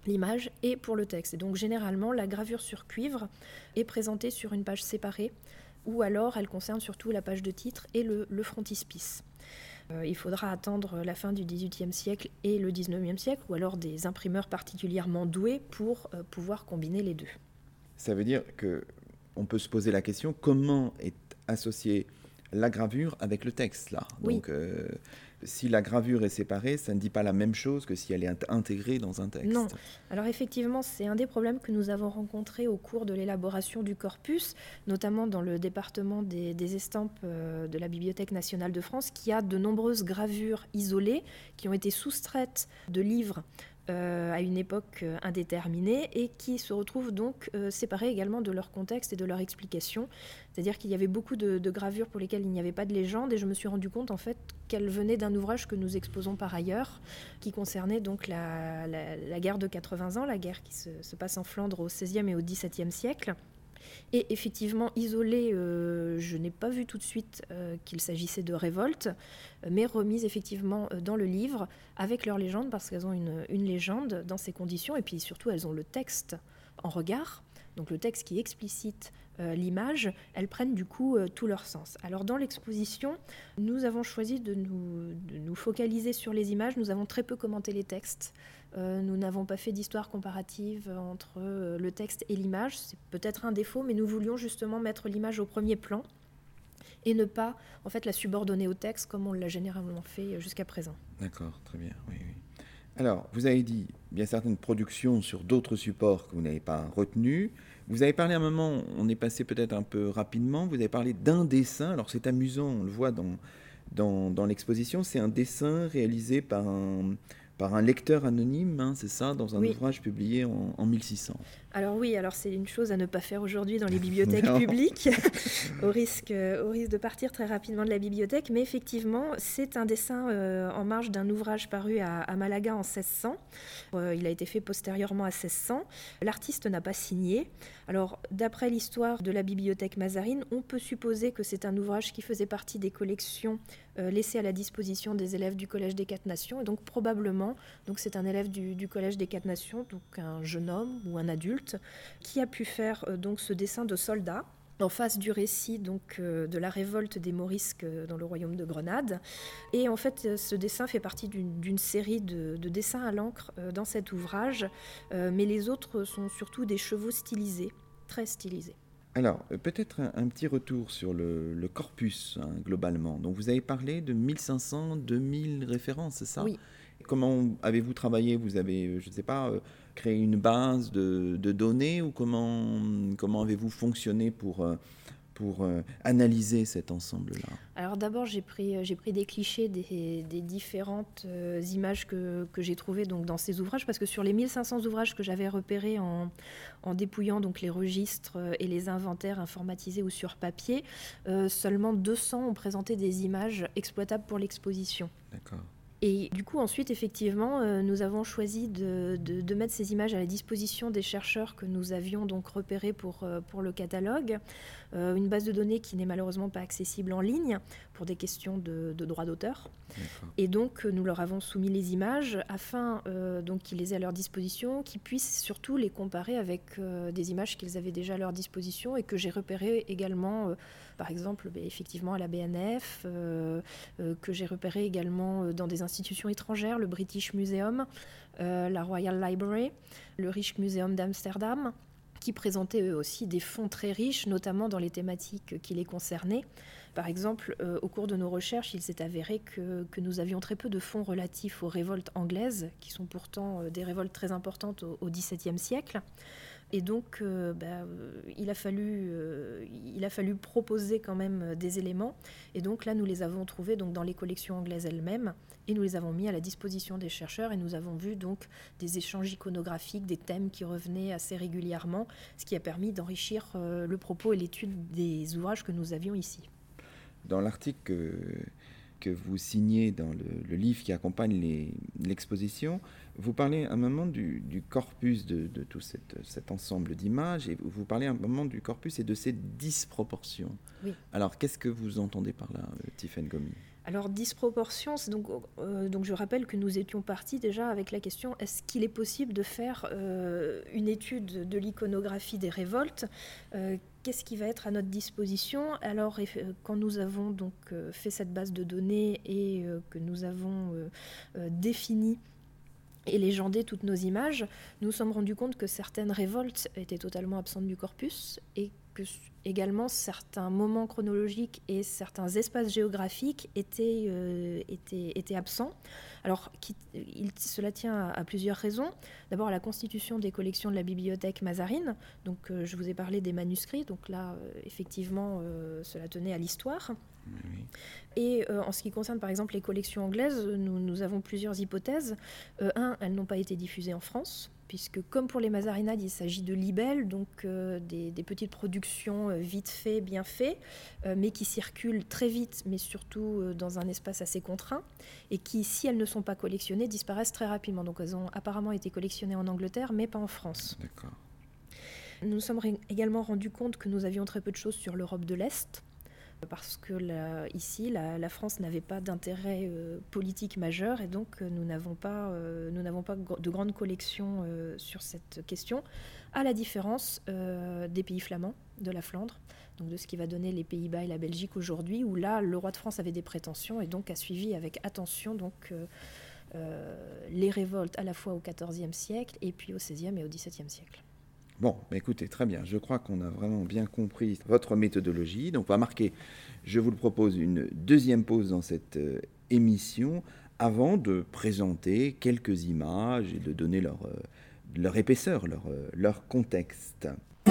l'image et pour le texte. Et donc généralement, la gravure sur cuivre est présentée sur une page séparée, ou alors elle concerne surtout la page de titre et le, le frontispice. Euh, il faudra attendre la fin du dix-huitième siècle et le dix-neuvième siècle, ou alors des imprimeurs particulièrement doués pour euh, pouvoir combiner les deux. Ça veut dire qu'on peut se poser la question, comment est associée la gravure avec le texte là. Oui. Donc, euh, si la gravure est séparée, ça ne dit pas la même chose que si elle est intégrée dans un texte. Non. Alors effectivement, c'est un des problèmes que nous avons rencontrés au cours de l'élaboration du corpus, notamment dans le département des, des estampes euh, de la Bibliothèque nationale de France, qui a de nombreuses gravures isolées qui ont été soustraites de livres Euh, à une époque euh, indéterminée et qui se retrouvent donc euh, séparés également de leur contexte et de leur explication. C'est-à-dire qu'il y avait beaucoup de, de gravures pour lesquelles il n'y avait pas de légende et je me suis rendu compte en fait qu'elles venaient d'un ouvrage que nous exposons par ailleurs, qui concernait donc la, la, la guerre de quatre-vingts ans, la guerre qui se, se passe en Flandre au seizième et au dix-septième siècle. Et effectivement, isolée, euh, je n'ai pas vu tout de suite euh, qu'il s'agissait de révolte, mais remises effectivement dans le livre avec leur légende, parce qu'elles ont une, une légende dans ces conditions, et puis surtout elles ont le texte en regard, donc le texte qui explicite euh, l'image, elles prennent du coup euh, tout leur sens. Alors dans l'exposition, nous avons choisi de nous, de nous focaliser sur les images, nous avons très peu commenté les textes. Euh, nous n'avons pas fait d'histoire comparative entre euh, le texte et l'image. C'est peut-être un défaut, mais nous voulions justement mettre l'image au premier plan et ne pas en fait, la subordonner au texte comme on l'a généralement fait jusqu'à présent. D'accord, très bien. Oui, oui. Alors, vous avez dit bien certaines productions sur d'autres supports que vous n'avez pas retenus. Vous avez parlé à un moment, on est passé peut-être un peu rapidement, vous avez parlé d'un dessin. Alors c'est amusant, on le voit dans, dans, dans l'exposition, c'est un dessin réalisé par un... par un lecteur anonyme, hein, c'est ça, dans un oui. ouvrage publié en, en mille six cents. Alors oui, alors c'est une chose à ne pas faire aujourd'hui dans les bibliothèques publiques, au risque, au risque de partir très rapidement de la bibliothèque, mais effectivement, c'est un dessin euh, en marge d'un ouvrage paru à, à Malaga en seize cents. Euh, il a été fait postérieurement à seize cents. L'artiste n'a pas signé. Alors, d'après l'histoire de la bibliothèque Mazarine, on peut supposer que c'est un ouvrage qui faisait partie des collections euh, laissées à la disposition des élèves du Collège des Quatre Nations, et donc probablement, donc c'est un élève du, du Collège des Quatre Nations, donc un jeune homme ou un adulte, qui a pu faire euh, donc ce dessin de soldat en face du récit donc, euh, de la révolte des Morisques dans le royaume de Grenade. Et en fait, ce dessin fait partie d'une, d'une série de, de dessins à l'encre euh, dans cet ouvrage, euh, mais les autres sont surtout des chevaux stylisés, très stylisés. Alors, peut-être un, un petit retour sur le, le corpus, hein, globalement. Donc, vous avez parlé de mille cinq cents, deux mille références, c'est ça ? Oui. Comment avez-vous travaillé ? Vous avez, je ne sais pas, euh, créé une base de, de données ou comment, comment avez-vous fonctionné pour, euh, pour euh, analyser cet ensemble-là ? Alors d'abord, j'ai pris, j'ai pris des clichés des, des différentes euh, images que, que j'ai trouvées donc, dans ces ouvrages, parce que sur les mille cinq cents ouvrages que j'avais repérés en, en dépouillant donc, les registres et les inventaires informatisés ou sur papier, euh, seulement deux cents ont présenté des images exploitables pour l'exposition. D'accord. Et du coup, ensuite, effectivement, euh, nous avons choisi de, de, de mettre ces images à la disposition des chercheurs que nous avions donc repérés pour, euh, pour le catalogue. Euh, une base de données qui n'est malheureusement pas accessible en ligne pour des questions de, de droit d'auteur. D'accord. Et donc, nous leur avons soumis les images afin euh, donc, qu'ils les aient à leur disposition, qu'ils puissent surtout les comparer avec euh, des images qu'ils avaient déjà à leur disposition et que j'ai repérées également, euh, par exemple, bah, effectivement à la B N F, euh, euh, que j'ai repérées également dans des institutions étrangères, le British Museum, euh, la Royal Library, le Rijksmuseum d'Amsterdam, qui présentaient eux aussi des fonds très riches, notamment dans les thématiques qui les concernaient. Par exemple, euh, au cours de nos recherches, il s'est avéré que, que nous avions très peu de fonds relatifs aux révoltes anglaises, qui sont pourtant euh, des révoltes très importantes au, au dix-septième siècle. Et donc, euh, bah, euh, il a fallu, euh, il a fallu proposer quand même des éléments. Et donc là, nous les avons trouvés donc, dans les collections anglaises elles-mêmes, et nous les avons mis à la disposition des chercheurs. Et nous avons vu donc des échanges iconographiques, des thèmes qui revenaient assez régulièrement, ce qui a permis d'enrichir euh, le propos et l'étude des ouvrages que nous avions ici. Dans l'article que, que vous signez dans le, le livre qui accompagne les, l'exposition, vous parlez à un moment du, du corpus de, de tout cette, cet ensemble d'images, et vous parlez à un moment du corpus et de ses disproportions. Oui. Alors, qu'est-ce que vous entendez par là, Tiffaine Gomis ? Alors, disproportion, c'est donc, euh, donc je rappelle que nous étions partis déjà avec la question, est-ce qu'il est possible de faire euh, une étude de l'iconographie des révoltes ? euh, Qu'est-ce qui va être à notre disposition ? Alors, quand nous avons donc euh, fait cette base de données et euh, que nous avons euh, euh, défini et légendé toutes nos images, nous nous sommes rendus compte que certaines révoltes étaient totalement absentes du corpus et que également certains moments chronologiques et certains espaces géographiques étaient, euh, étaient, étaient absents. Alors, qui, il, cela tient à, à plusieurs raisons. D'abord, à la constitution des collections de la bibliothèque Mazarine. Donc, euh, je vous ai parlé des manuscrits. Donc là, euh, effectivement, euh, cela tenait à l'histoire. Oui. Et euh, en ce qui concerne, par exemple, les collections anglaises, nous, nous avons plusieurs hypothèses. Euh, un, elles n'ont pas été diffusées en France, puisque comme pour les Mazarinades, il s'agit de libelles, donc euh, des, des petites productions euh, vite faites, bien faites, euh, mais qui circulent très vite, mais surtout euh, dans un espace assez contraint, et qui, si elles ne sont pas collectionnées, disparaissent très rapidement. Donc elles ont apparemment été collectionnées en Angleterre, mais pas en France. D'accord. Nous nous sommes ré- également rendus compte que nous avions très peu de choses sur l'Europe de l'Est, parce que la, ici, la, la France n'avait pas d'intérêt euh, politique majeur et donc euh, nous n'avons pas, euh, nous n'avons pas de grandes collections euh, sur cette question, à la différence euh, des pays flamands, de la Flandre, donc de ce qui va donner les Pays-Bas et la Belgique aujourd'hui, où là, le roi de France avait des prétentions et donc a suivi avec attention donc, euh, euh, les révoltes à la fois au quatorzième siècle et puis au seizième et au dix-septième siècle. Bon, bah écoutez, très bien. Je crois qu'on a vraiment bien compris votre méthodologie. Donc, on va marquer, je vous le propose, une deuxième pause dans cette euh, émission avant de présenter quelques images et de donner leur, euh, leur épaisseur, leur, euh, leur contexte.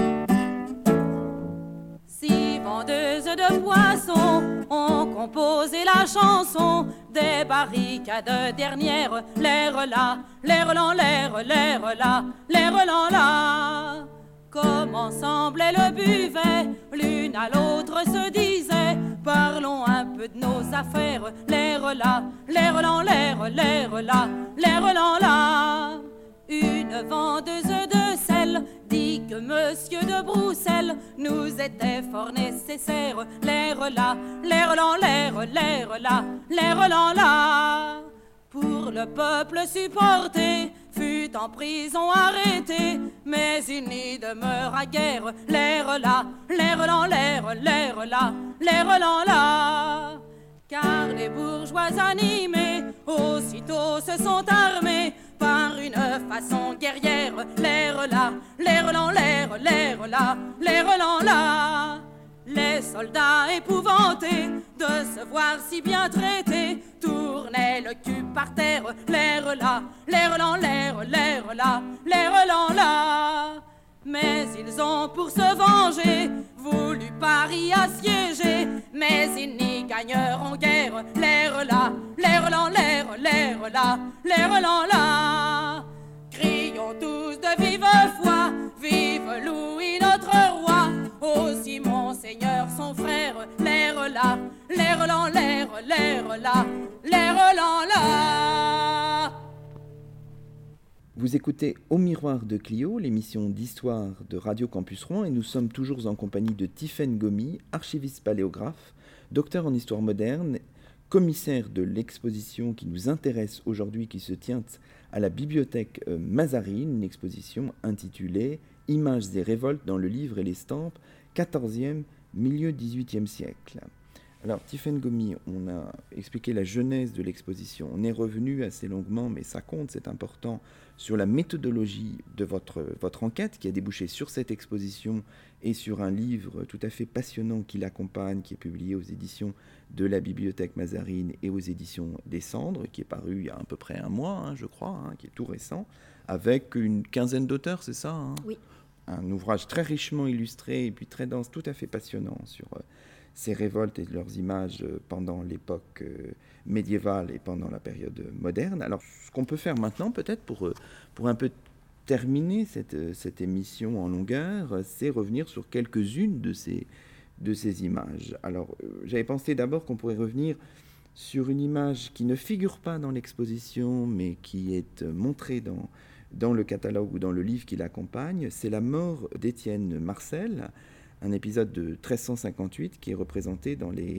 Six vendeuses de poissons ont composé la chanson des barricades dernières. L'air là, l'air là, l'air, l'air là, l'air là, là. Comme ensemble elles buvaient, l'une à l'autre se disait, parlons un peu de nos affaires. L'air là, l'air là, l'air, l'air là, l'air là, là. Une vendeuse de sel dit que monsieur de Broussel nous était fort nécessaire. L'air là, l'air là, l'air, l'air là, l'air là, là. Pour le peuple supporté, fut en prison arrêté, mais il n'y demeura guère. L'air là, l'air là, l'air, l'air là, l'air là, là. Car les bourgeois animés aussitôt se sont armés par une façon guerrière. L'air là, l'air là, l'air, l'air là, l'air là, là. Les soldats épouvantés de se voir si bien traités tournaient le cul par terre. L'air là, l'air là, l'air, l'air là, l'air là, là. Mais ils ont pour se venger voulu Paris assiéger, mais ils n'y gagneront guère. L'air là, l'air là, l'air, l'air là, l'air là, là. Crions tous de vive foi, vive Louis notre roi, aussi Monseigneur son frère. L'air là, l'air là, l'air, l'air là, l'air là, là. Vous écoutez Au Miroir de Clio, l'émission d'histoire de Radio Campus Rouen, et nous sommes toujours en compagnie de Tiffaine Gomis, archiviste paléographe, docteur en histoire moderne, commissaire de l'exposition qui nous intéresse aujourd'hui, qui se tient à la bibliothèque Mazarine, une exposition intitulée « Images et révoltes dans le livre et l'estampe, quatorzième, milieu dix-huitième siècle ». Alors, Tiffaine Gomis, on a expliqué la genèse de l'exposition. On est revenu assez longuement, mais ça compte, c'est important, sur la méthodologie de votre, votre enquête qui a débouché sur cette exposition et sur un livre tout à fait passionnant qui l'accompagne, qui est publié aux éditions de la Bibliothèque Mazarine et aux éditions des Cendres, qui est paru il y a à peu près un mois, hein, je crois, hein, qui est tout récent, avec une quinzaine d'auteurs, c'est ça hein ? Oui. Un ouvrage très richement illustré et puis très dense, tout à fait passionnant sur euh, ces révoltes et leurs images euh, pendant l'époque euh, médiévale et pendant la période moderne. Alors, ce qu'on peut faire maintenant, peut-être, pour, euh, pour un peu terminer cette, euh, cette émission en longueur, euh, c'est revenir sur quelques-unes de ces, de ces images. Alors, euh, j'avais pensé d'abord qu'on pourrait revenir sur une image qui ne figure pas dans l'exposition, mais qui est euh, montrée dans... dans le catalogue ou dans le livre qui l'accompagne, c'est la mort d'Étienne Marcel, un épisode de treize cent cinquante-huit qui est représenté dans les,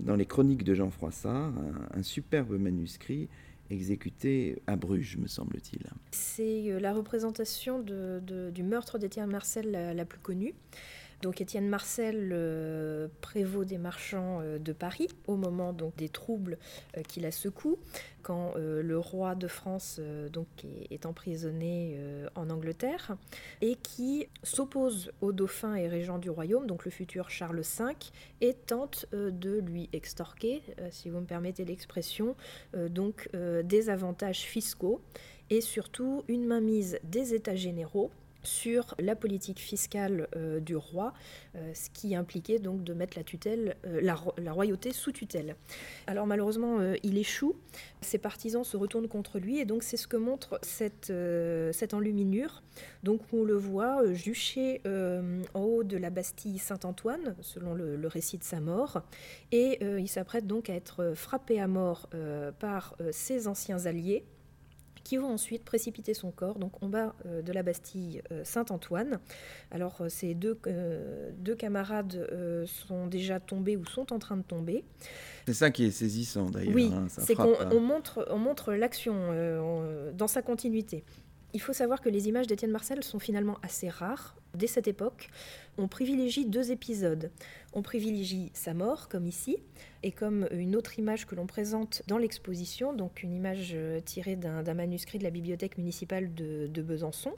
dans les chroniques de Jean Froissart, un, un superbe manuscrit exécuté à Bruges, me semble-t-il. C'est la représentation de, de, du meurtre d'Étienne Marcel la, la plus connue. Donc Étienne Marcel, euh, prévôt des marchands euh, de Paris, au moment donc, des troubles euh, qui la secouent, quand euh, le roi de France euh, donc, est, est emprisonné euh, en Angleterre, et qui s'oppose au dauphin et régent du royaume, donc le futur Charles cinq, et tente euh, de lui extorquer, euh, si vous me permettez l'expression, euh, donc, euh, des avantages fiscaux, et surtout une mainmise des États généraux sur la politique fiscale euh, du roi, euh, ce qui impliquait donc de mettre la tutelle, euh, la, la royauté sous tutelle. Alors malheureusement, euh, il échoue, ses partisans se retournent contre lui, et donc c'est ce que montre cette, euh, cette enluminure. Donc on le voit euh, juché euh, en haut de la Bastille Saint-Antoine, selon le, le récit de sa mort, et euh, il s'apprête donc à être frappé à mort euh, par euh, ses anciens alliés, qui vont ensuite précipiter son corps donc en bas euh, de la Bastille euh, Saint-Antoine. Alors euh, ces deux, euh, deux camarades euh, sont déjà tombés ou sont en train de tomber. C'est ça qui est saisissant d'ailleurs. Oui, hein, ça c'est frappe, qu'on hein. on montre, on montre l'action euh, dans sa continuité. Il faut savoir que les images d'Étienne Marcel sont finalement assez rares. Dès cette époque, on privilégie deux épisodes. On privilégie sa mort, comme ici, et comme une autre image que l'on présente dans l'exposition, donc une image tirée d'un, d'un manuscrit de la bibliothèque municipale de, de Besançon.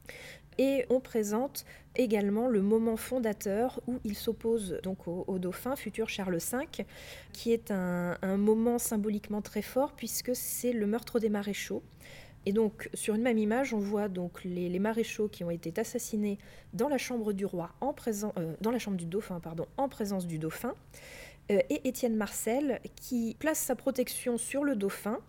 Et on présente également le moment fondateur où il s'oppose donc au, au dauphin, futur Charles cinq, qui est un, un moment symboliquement très fort puisque c'est le meurtre des maréchaux. Et donc, sur une même image, on voit donc les, les maréchaux qui ont été assassinés dans la chambre du roi, en présent, euh, dans la chambre du dauphin, pardon, en présence du dauphin, euh, et Étienne Marcel qui place sa protection sur le dauphin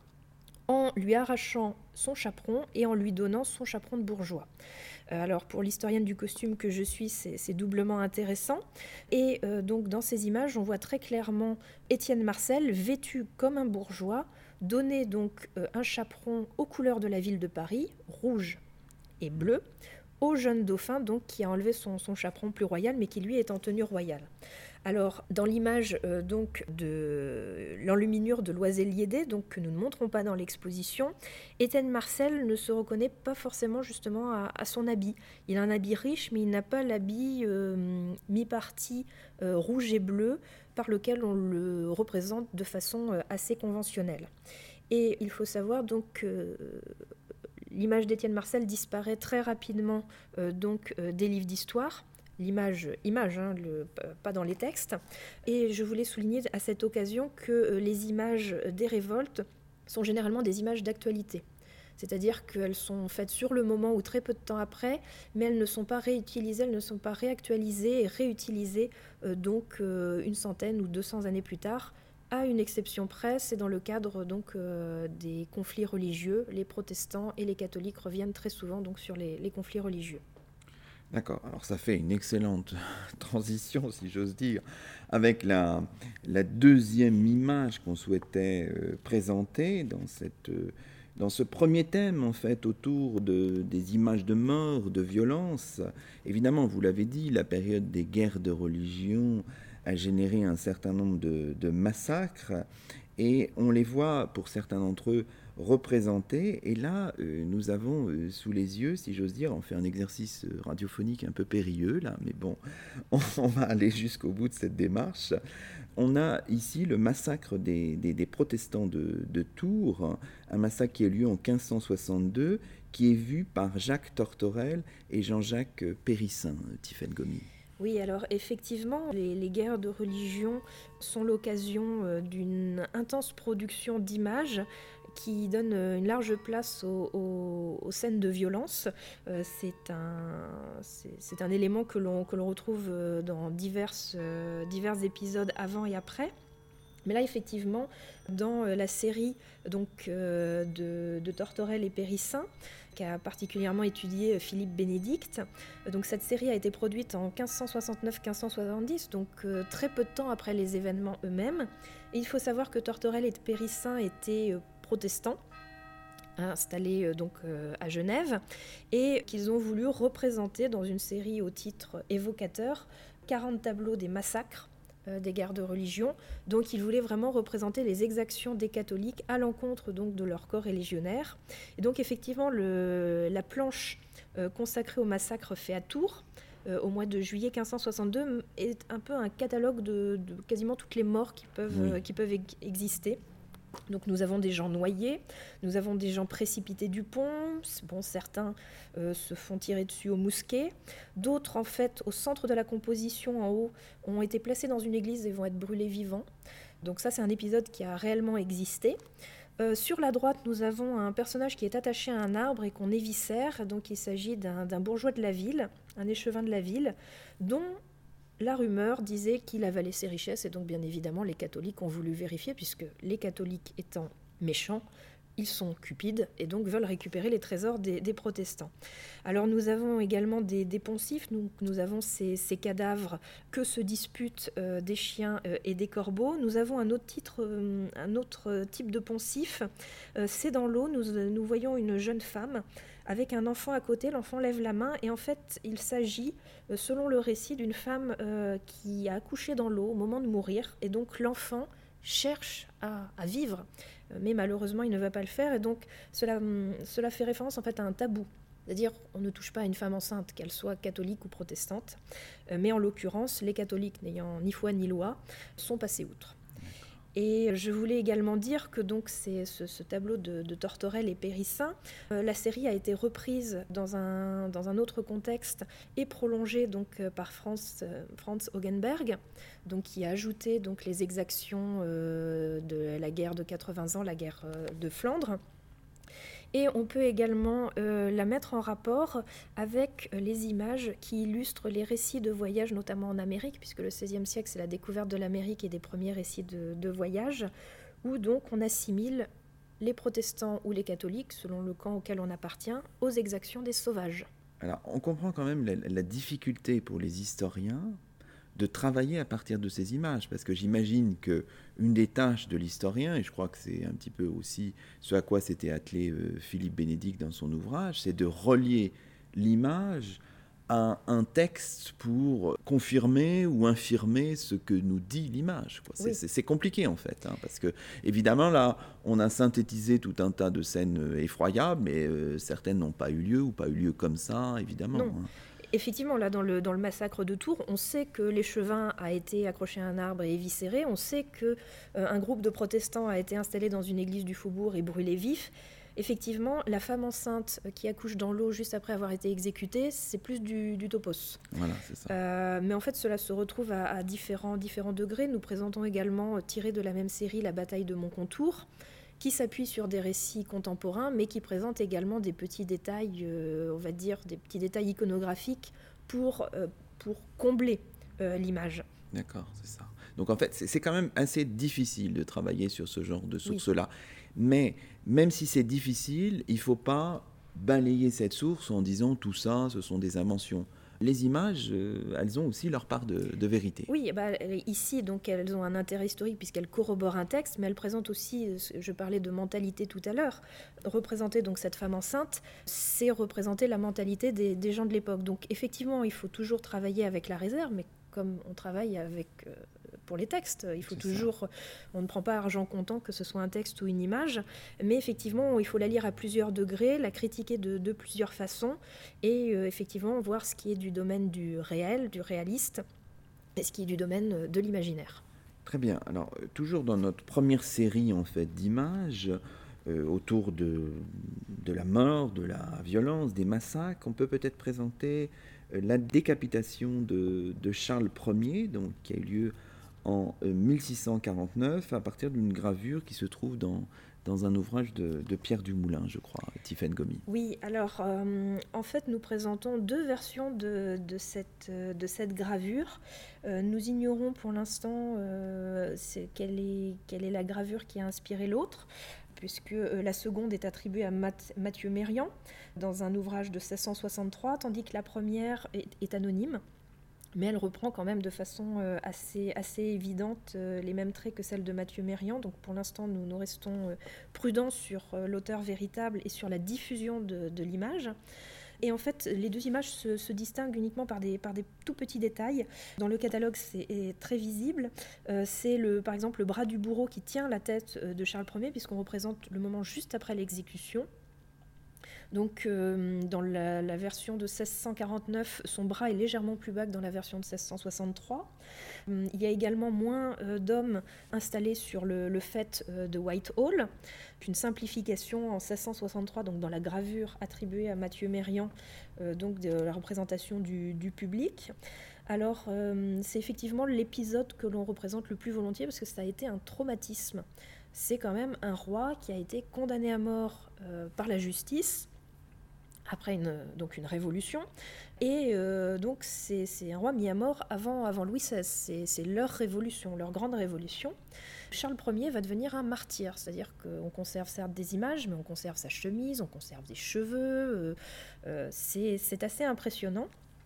en lui arrachant son chaperon et en lui donnant son chaperon de bourgeois. Euh, alors, pour l'historienne du costume que je suis, c'est, c'est doublement intéressant. Et euh, donc, dans ces images, on voit très clairement Étienne Marcel vêtu comme un bourgeois, donner donc euh, un chaperon aux couleurs de la ville de Paris, rouge et bleu, au jeune dauphin donc qui a enlevé son, son chaperon plus royal, mais qui lui est en tenue royale. Alors, dans l'image euh, donc de l'enluminure de Loisel-Liédé, donc que nous ne montrons pas dans l'exposition, Étienne Marcel ne se reconnaît pas forcément justement à, à son habit. Il a un habit riche, mais il n'a pas l'habit euh, mi-parti euh, rouge et bleu par lequel on le représente de façon euh, assez conventionnelle. Et il faut savoir donc que euh, l'image d'Étienne Marcel disparaît très rapidement euh, donc euh, des livres d'histoire. L'image, image, hein, le, pas dans les textes. Et je voulais souligner à cette occasion que euh, les images des révoltes sont généralement des images d'actualité. C'est-à-dire qu'elles sont faites sur le moment ou très peu de temps après, mais elles ne sont pas réutilisées, elles ne sont pas réactualisées et réutilisées euh, donc euh, une centaine ou deux cents années plus tard, à une exception près, c'est dans le cadre donc euh, des conflits religieux. Les protestants et les catholiques reviennent très souvent donc sur les, les conflits religieux. D'accord, alors ça fait une excellente transition, si j'ose dire, avec la, la deuxième image qu'on souhaitait euh, présenter dans, cette, euh, dans ce premier thème, en fait, autour de, des images de mort, de violence. Évidemment, vous l'avez dit, la période des guerres de religion a généré un certain nombre de, de massacres, et on les voit, pour certains d'entre eux, représentés. Et là, euh, nous avons euh, sous les yeux, si j'ose dire, on fait un exercice radiophonique un peu périlleux, là, mais bon, on, on va aller jusqu'au bout de cette démarche. On a ici le massacre des, des, des protestants de, de Tours, un massacre qui a eu lieu en quinze cent soixante-deux, qui est vu par Jacques Tortorel et Jean-Jacques Périssin, Tiffaine Gomis. Oui, alors effectivement, les, les guerres de religion sont l'occasion euh, d'une intense production d'images qui donne une large place aux, aux, aux scènes de violence. Euh, c'est, un, c'est, c'est un élément que l'on, que l'on retrouve dans divers, euh, divers épisodes avant et après. Mais là, effectivement, dans la série donc, euh, de, de Tortorel et Périssin, qu'a particulièrement étudié Philippe Bénédicte, donc cette série a été produite en quinze cent soixante-neuf quinze cent soixante-dix, donc euh, très peu de temps après les événements eux-mêmes. Et il faut savoir que Tortorel et Périssin étaient euh, protestants, installés euh, donc euh, à Genève, et qu'ils ont voulu représenter dans une série au titre évocateur quarante tableaux des massacres euh, des guerres de religion. Donc il voulait vraiment représenter les exactions des catholiques à l'encontre donc, de leur corps légionnaire. Et donc effectivement, le, la planche euh, consacrée au massacre fait à Tours, euh, au mois de juillet quinze cent soixante-deux, est un peu un catalogue de, de quasiment toutes les morts qui peuvent, oui. euh, qui peuvent e- exister. Donc nous avons des gens noyés, nous avons des gens précipités du pont, bon, certains euh, se font tirer dessus au mousquet, d'autres en fait au centre de la composition en haut ont été placés dans une église et vont être brûlés vivants. Donc ça c'est un épisode qui a réellement existé. Euh, sur la droite nous avons un personnage qui est attaché à un arbre et qu'on éviscère, donc il s'agit d'un, d'un bourgeois de la ville, un échevin de la ville, dont la rumeur disait qu'il avalait ses richesses et donc bien évidemment les catholiques ont voulu vérifier puisque les catholiques étant méchants, ils sont cupides et donc veulent récupérer les trésors des, des protestants. Alors nous avons également des, des poncifs, nous, nous avons ces, ces cadavres que se disputent euh, des chiens euh, et des corbeaux. Nous avons un autre, titre, euh, un autre type de poncif, euh, c'est dans l'eau, nous, nous voyons une jeune femme avec un enfant à côté, l'enfant lève la main et en fait il s'agit, euh, selon le récit, d'une femme euh, qui a accouché dans l'eau au moment de mourir et donc l'enfant cherche à, à vivre, mais malheureusement il ne va pas le faire et donc cela, cela fait référence en fait à un tabou. C'est-à-dire on ne touche pas à une femme enceinte, qu'elle soit catholique ou protestante, euh, mais en l'occurrence les catholiques n'ayant ni foi ni loi sont passés outre. Et je voulais également dire que donc c'est ce, ce tableau de, de Tortorel et Périssin, euh, la série a été reprise dans un, dans un autre contexte et prolongée donc par Franz, euh, Franz Hogenberg, donc qui a ajouté donc les exactions euh, de la guerre de quatre-vingts ans, la guerre euh, de Flandre. Et on peut également euh, la mettre en rapport avec les images qui illustrent les récits de voyage, notamment en Amérique, puisque le seizième siècle, c'est la découverte de l'Amérique et des premiers récits de, de voyage, où donc on assimile les protestants ou les catholiques, selon le camp auquel on appartient, aux exactions des sauvages. Alors, on comprend quand même la, la difficulté pour les historiens de travailler à partir de ces images, parce que j'imagine qu'une des tâches de l'historien, et je crois que c'est un petit peu aussi ce à quoi s'était attelé euh, Philippe Bénédict dans son ouvrage, c'est de relier l'image à un texte pour confirmer ou infirmer ce que nous dit l'image, quoi. C'est, oui. c'est, c'est compliqué en fait, hein, parce que évidemment là, on a synthétisé tout un tas de scènes effroyables, mais euh, certaines n'ont pas eu lieu ou pas eu lieu comme ça, évidemment. Non. Hein. Effectivement, là, dans le, dans le massacre de Tours, on sait que l'échevin a été accroché à un arbre et éviscéré. On sait qu'un euh, groupe de protestants a été installé dans une église du faubourg et brûlé vif. Effectivement, la femme enceinte qui accouche dans l'eau juste après avoir été exécutée, c'est plus du, du topos. Voilà, c'est ça. Euh, mais en fait, cela se retrouve à, à différents, différents degrés. Nous présentons également, tiré de la même série, la bataille de Moncontour, qui s'appuie sur des récits contemporains, mais qui présente également des petits détails, euh, on va dire, des petits détails iconographiques pour, euh, pour combler euh, l'image. D'accord, c'est ça. Donc en fait, c'est, c'est quand même assez difficile de travailler sur ce genre de source-là. Oui. Mais même si c'est difficile, il ne faut pas balayer cette source en disant tout ça, ce sont des inventions. Les images, euh, elles ont aussi leur part de, de vérité. Oui, bah, ici, donc, elles ont un intérêt historique puisqu'elles corroborent un texte, mais elles présentent aussi, je parlais de mentalité tout à l'heure, représenter donc cette femme enceinte, c'est représenter la mentalité des, des gens de l'époque. Donc effectivement, il faut toujours travailler avec la réserve, mais comme on travaille avec, euh, pour les textes, il faut c'est toujours, ça. On ne prend pas argent comptant que ce soit un texte ou une image, mais effectivement, il faut la lire à plusieurs degrés, la critiquer de, de plusieurs façons, et euh, effectivement voir ce qui est du domaine du réel, du réaliste, et ce qui est du domaine de l'imaginaire. Très bien. Alors, toujours dans notre première série en fait d'images, euh, autour de, de la mort, de la violence, des massacres, on peut peut-être présenter la décapitation de, de Charles Ier, donc, qui a eu lieu en mille six cent quarante-neuf à partir d'une gravure qui se trouve dans, dans un ouvrage de, de Pierre Dumoulin, je crois, Tiphaine Gomis. Oui, alors euh, en fait nous présentons deux versions de, de, cette, de cette gravure. Euh, nous ignorons pour l'instant euh, c'est, quelle, est, quelle est la gravure qui a inspiré l'autre, puisque euh, la seconde est attribuée à Mat- Mathieu Mérian dans un ouvrage de seize cent soixante-trois, tandis que la première est, est anonyme, mais elle reprend quand même de façon euh, assez, assez évidente euh, les mêmes traits que celle de Mathieu Mérian. Donc pour l'instant, nous, nous restons euh, prudents sur euh, l'auteur véritable et sur la diffusion de, de l'image. Et en fait, les deux images se, se distinguent uniquement par des, par des tout petits détails. Dans le catalogue, c'est est très visible. Euh, c'est le, par exemple le bras du bourreau qui tient la tête de Charles Ier, puisqu'on représente le moment juste après l'exécution. Donc, euh, dans la, la version de seize cent quarante-neuf, son bras est légèrement plus bas que dans la version de seize cent soixante-trois. Euh, il y a également moins euh, d'hommes installés sur le, le faîte euh, de Whitehall, une simplification en seize cent soixante-trois, donc dans la gravure attribuée à Mathieu Mérian, euh, donc de la représentation du, du public. Alors, euh, c'est effectivement l'épisode que l'on représente le plus volontiers parce que ça a été un traumatisme. C'est quand même un roi qui a été condamné à mort euh, par la justice après une, donc une révolution, et euh, donc c'est, c'est un roi mis à mort avant, avant Louis seize, c'est, c'est leur révolution, leur grande révolution. Charles Ier va devenir un martyr, c'est-à-dire qu'on conserve certes des images, mais on conserve sa chemise, on conserve des cheveux, euh, euh, c'est, c'est assez impressionnant.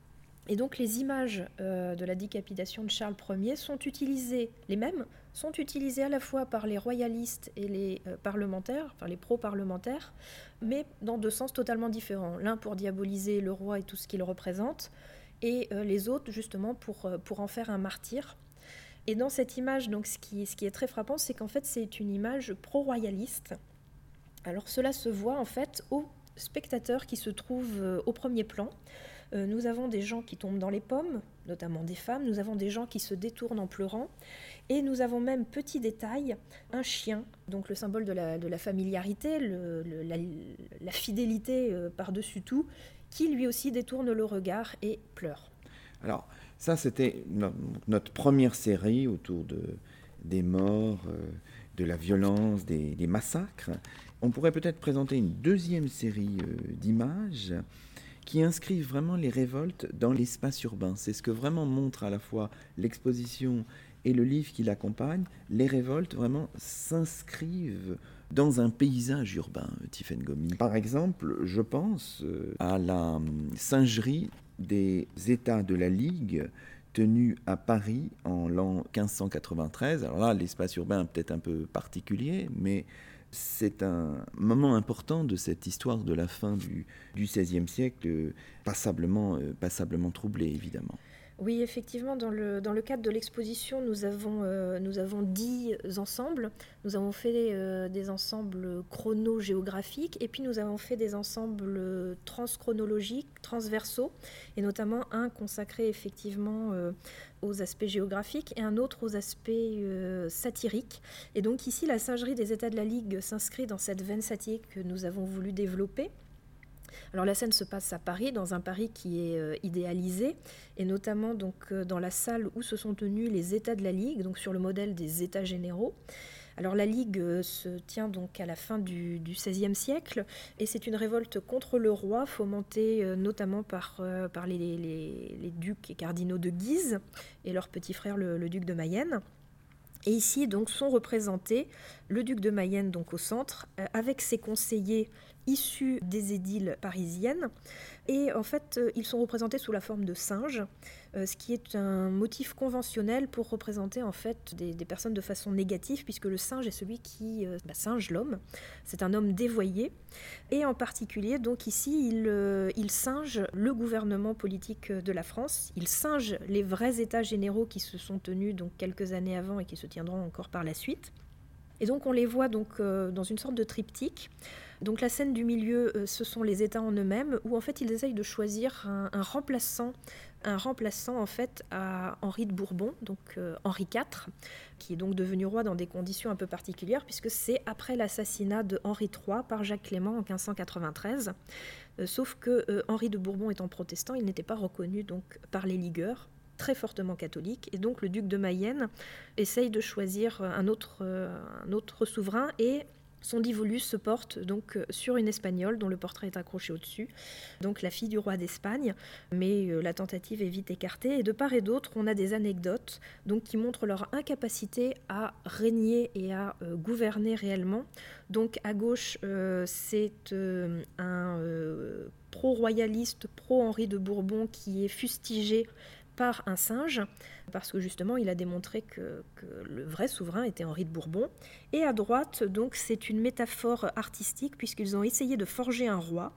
Et donc les images euh, de la décapitation de Charles Ier sont utilisées, les mêmes, sont utilisées à la fois par les royalistes et les euh, parlementaires, enfin les pro-parlementaires, mais dans deux sens totalement différents. L'un pour diaboliser le roi et tout ce qu'il représente, et euh, les autres justement pour, euh, pour en faire un martyr. Et dans cette image, donc, ce qui, ce qui est très frappant, c'est qu'en fait c'est une image pro-royaliste. Alors cela se voit en fait aux spectateurs qui se trouvent euh, au premier plan. Euh, nous avons des gens qui tombent dans les pommes, notamment des femmes, nous avons des gens qui se détournent en pleurant, et nous avons même, petit détail, un chien, donc le symbole de la, de la familiarité, le, le, la, la fidélité euh, par-dessus tout, qui lui aussi détourne le regard et pleure. Alors, ça c'était no- notre première série autour de, des morts, euh, de la violence, des, des massacres. On pourrait peut-être présenter une deuxième série euh, d'images qui inscrivent vraiment les révoltes dans l'espace urbain. C'est ce que vraiment montre à la fois l'exposition et le livre qui l'accompagne. Les révoltes vraiment s'inscrivent dans un paysage urbain, Tiffaine Gomis. Par exemple, je pense à la singerie des États de la Ligue tenus à Paris en l'an quinze cent quatre-vingt-treize. Alors là, l'espace urbain est peut-être un peu particulier, mais c'est un moment important de cette histoire de la fin du, du seizième siècle, passablement, passablement troublé, évidemment. Oui, effectivement, dans le, dans le cadre de l'exposition, nous avons, euh, nous avons dix ensembles. Nous avons fait euh, des ensembles chronogéographiques et puis nous avons fait des ensembles transchronologiques, transversaux, et notamment un consacré effectivement euh, aux aspects géographiques et un autre aux aspects euh, satiriques. Et donc ici, la singerie des États de la Ligue s'inscrit dans cette veine satirique que nous avons voulu développer. Alors la scène se passe à Paris, dans un Paris qui est euh, idéalisé, et notamment donc, euh, dans la salle où se sont tenus les États de la Ligue, donc sur le modèle des États généraux. Alors la Ligue euh, se tient donc à la fin du, du seizième siècle, et c'est une révolte contre le roi, fomentée euh, notamment par, euh, par les, les, les ducs et cardinaux de Guise, et leur petit frère le, le duc de Mayenne. Et ici, donc, sont représentés le duc de Mayenne, donc au centre, euh, avec ses conseillers issus des édiles parisiennes. Et en fait, euh, ils sont représentés sous la forme de singes, euh, ce qui est un motif conventionnel pour représenter en fait des, des personnes de façon négative, puisque le singe est celui qui euh, bah, singe l'homme. C'est un homme dévoyé. Et en particulier, donc ici, il, euh, il singe le gouvernement politique de la France. Il singe les vrais états généraux qui se sont tenus donc quelques années avant et qui se tiendront encore par la suite. Et donc on les voit donc euh, dans une sorte de triptyque. Donc la scène du milieu, euh, ce sont les États en eux-mêmes, où en fait ils essayent de choisir un, un remplaçant, un remplaçant en fait à Henri de Bourbon, donc euh, Henri quatre, qui est donc devenu roi dans des conditions un peu particulières, puisque c'est après l'assassinat de Henri trois par Jacques Clément en quinze cent quatre-vingt-treize. Euh, sauf que euh, Henri de Bourbon étant protestant, il n'était pas reconnu donc par les ligueurs, très fortement catholique, et donc le duc de Mayenne essaye de choisir un autre, euh, un autre souverain, et son divolus se porte donc sur une Espagnole dont le portrait est accroché au-dessus, donc la fille du roi d'Espagne, mais euh, la tentative est vite écartée, et de part et d'autre on a des anecdotes donc, qui montrent leur incapacité à régner et à euh, gouverner réellement. Donc à gauche euh, c'est euh, un euh, pro-royaliste, pro-Henri de Bourbon qui est fustigé par un singe, parce que justement il a démontré que, que le vrai souverain était Henri de Bourbon. Et à droite, donc, c'est une métaphore artistique, puisqu'ils ont essayé de forger un roi,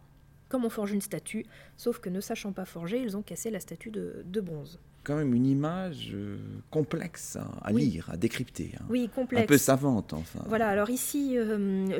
comme on forge une statue, sauf que ne sachant pas forger, ils ont cassé la statue de, de bronze. Quand même une image euh, complexe à, à oui. lire, à décrypter. Hein. Oui, complexe. Un peu savante, enfin. Voilà, alors ici, euh,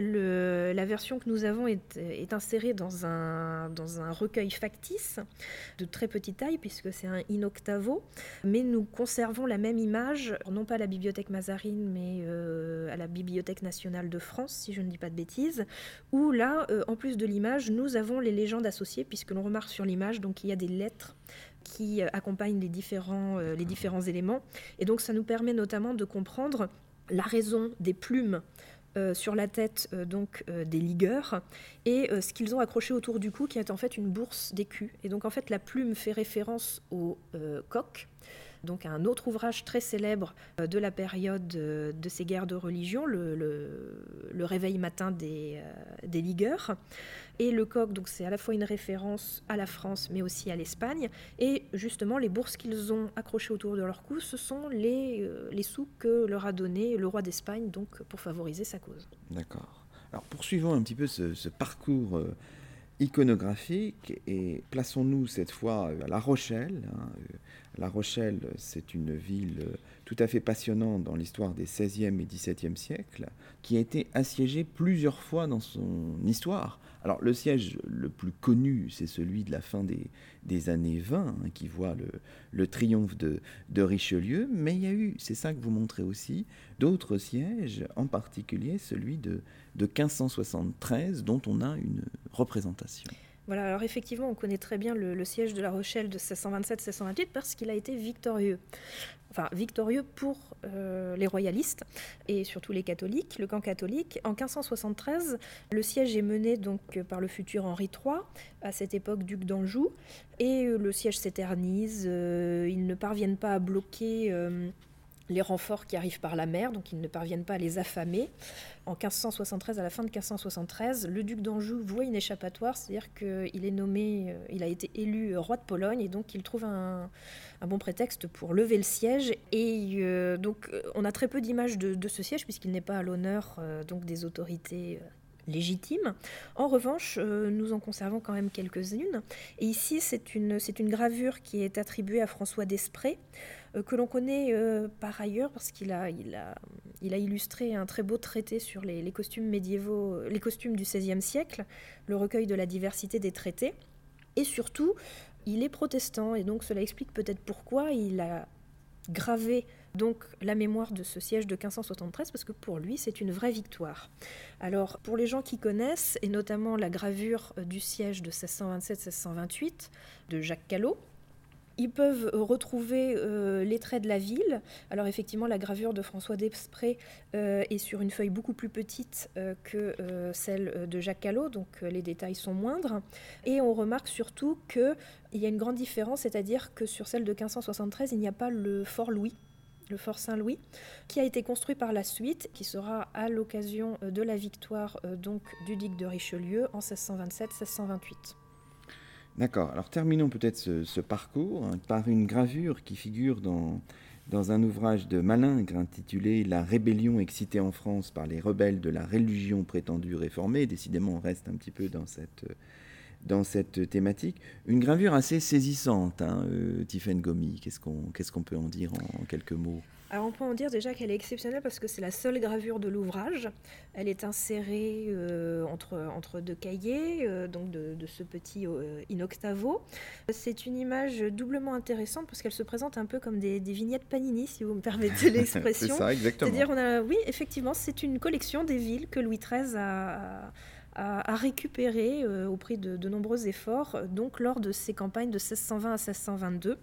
le, la version que nous avons est, est insérée dans un, dans un recueil factice de très petite taille, puisque c'est un in octavo, mais nous conservons la même image, non pas à la Bibliothèque Mazarine, mais euh, à la Bibliothèque nationale de France, si je ne dis pas de bêtises, où là, euh, en plus de l'image, nous avons les légendes associées, puisque l'on remarque sur l'image, donc il y a des lettres qui accompagnent les différents, euh, les différents éléments. Et donc ça nous permet notamment de comprendre la raison des plumes euh, sur la tête euh, donc, euh, des ligueurs et euh, ce qu'ils ont accroché autour du cou qui est en fait une bourse d'écus. Et donc en fait la plume fait référence au euh, coq, donc à un autre ouvrage très célèbre de la période de ces guerres de religion, le, le, le réveil matin des, euh, des ligueurs. Et le coq, donc c'est à la fois une référence à la France, mais aussi à l'Espagne. Et justement, les bourses qu'ils ont accrochées autour de leur cou, ce sont les, euh, les sous que leur a donné le roi d'Espagne, donc pour favoriser sa cause. D'accord. Alors poursuivons un petit peu ce, ce parcours euh, iconographique et plaçons-nous cette fois à La Rochelle. Hein. La Rochelle, c'est une ville tout à fait passionnante dans l'histoire des seizième et dix-septième siècles, qui a été assiégée plusieurs fois dans son histoire. Alors le siège le plus connu, c'est celui de la fin des, des années vingt, hein, qui voit le, le triomphe de, de Richelieu, mais il y a eu, c'est ça que vous montrez aussi, d'autres sièges, en particulier celui de, de quinze cent soixante-treize, dont on a une représentation. Voilà, alors effectivement, on connaît très bien le, le siège de La Rochelle de seize cent vingt-sept seize cent vingt-huit parce qu'il a été victorieux. Enfin, victorieux pour euh, les royalistes et surtout les catholiques, le camp catholique. En quinze cent soixante-treize, le siège est mené donc par le futur Henri trois, à cette époque duc d'Anjou, et le siège s'éternise. Euh, ils ne parviennent pas à bloquer euh, les renforts qui arrivent par la mer, donc ils ne parviennent pas à les affamer. En quinze cent soixante-treize, à la fin de quinze cent soixante-treize, le duc d'Anjou voit une échappatoire, c'est-à-dire qu'il est nommé, il a été élu roi de Pologne, et donc il trouve un, un bon prétexte pour lever le siège. Et euh, donc on a très peu d'images de, de ce siège, puisqu'il n'est pas à l'honneur euh, donc des autorités euh, légitime. En revanche, euh, nous en conservons quand même quelques-unes. Et ici, c'est une, c'est une gravure qui est attribuée à François d'Esprès, euh, que l'on connaît euh, par ailleurs parce qu'il a, il a, il a illustré un très beau traité sur les, les costumes médiévaux, les costumes du seizième siècle, le recueil de la diversité des traités. Et surtout, il est protestant, et donc cela explique peut-être pourquoi il a gravé donc la mémoire de ce siège de quinze cent soixante-treize, parce que pour lui, c'est une vraie victoire. Alors, pour les gens qui connaissent, et notamment la gravure du siège de seize cent vingt-sept seize cent vingt-huit de Jacques Callot, ils peuvent retrouver euh, les traits de la ville. Alors effectivement, la gravure de François d'Esprès euh, est sur une feuille beaucoup plus petite euh, que euh, celle de Jacques Callot, donc euh, les détails sont moindres. Et on remarque surtout qu'il y a une grande différence, c'est-à-dire que sur celle de quinze cent soixante-treize, il n'y a pas le fort Louis, le fort Saint-Louis, qui a été construit par la suite, qui sera à l'occasion de la victoire euh, donc, du duc de Richelieu en seize cent vingt-sept seize cent vingt-huit. D'accord, alors terminons peut-être ce, ce parcours hein, par une gravure qui figure dans, dans un ouvrage de Malingre intitulé « La rébellion excitée en France par les rebelles de la religion prétendue réformée ». Décidément, on reste un petit peu dans cette, dans cette thématique. Une gravure assez saisissante, hein, euh, Tiffaine Gomis. Qu'est-ce qu'on, qu'est-ce qu'on peut en dire en, en quelques mots ? Alors on peut en dire déjà qu'elle est exceptionnelle parce que c'est la seule gravure de l'ouvrage. Elle est insérée euh, entre, entre deux cahiers, euh, donc de, de ce petit euh, in octavo. C'est une image doublement intéressante parce qu'elle se présente un peu comme des, des vignettes Panini, si vous me permettez l'expression. C'est ça, exactement. C'est-à-dire, on a, oui, effectivement, c'est une collection des villes que Louis treize a... a récupéré euh, au prix de, de nombreux efforts, donc lors de ses campagnes de seize cent vingt à seize cent vingt-deux.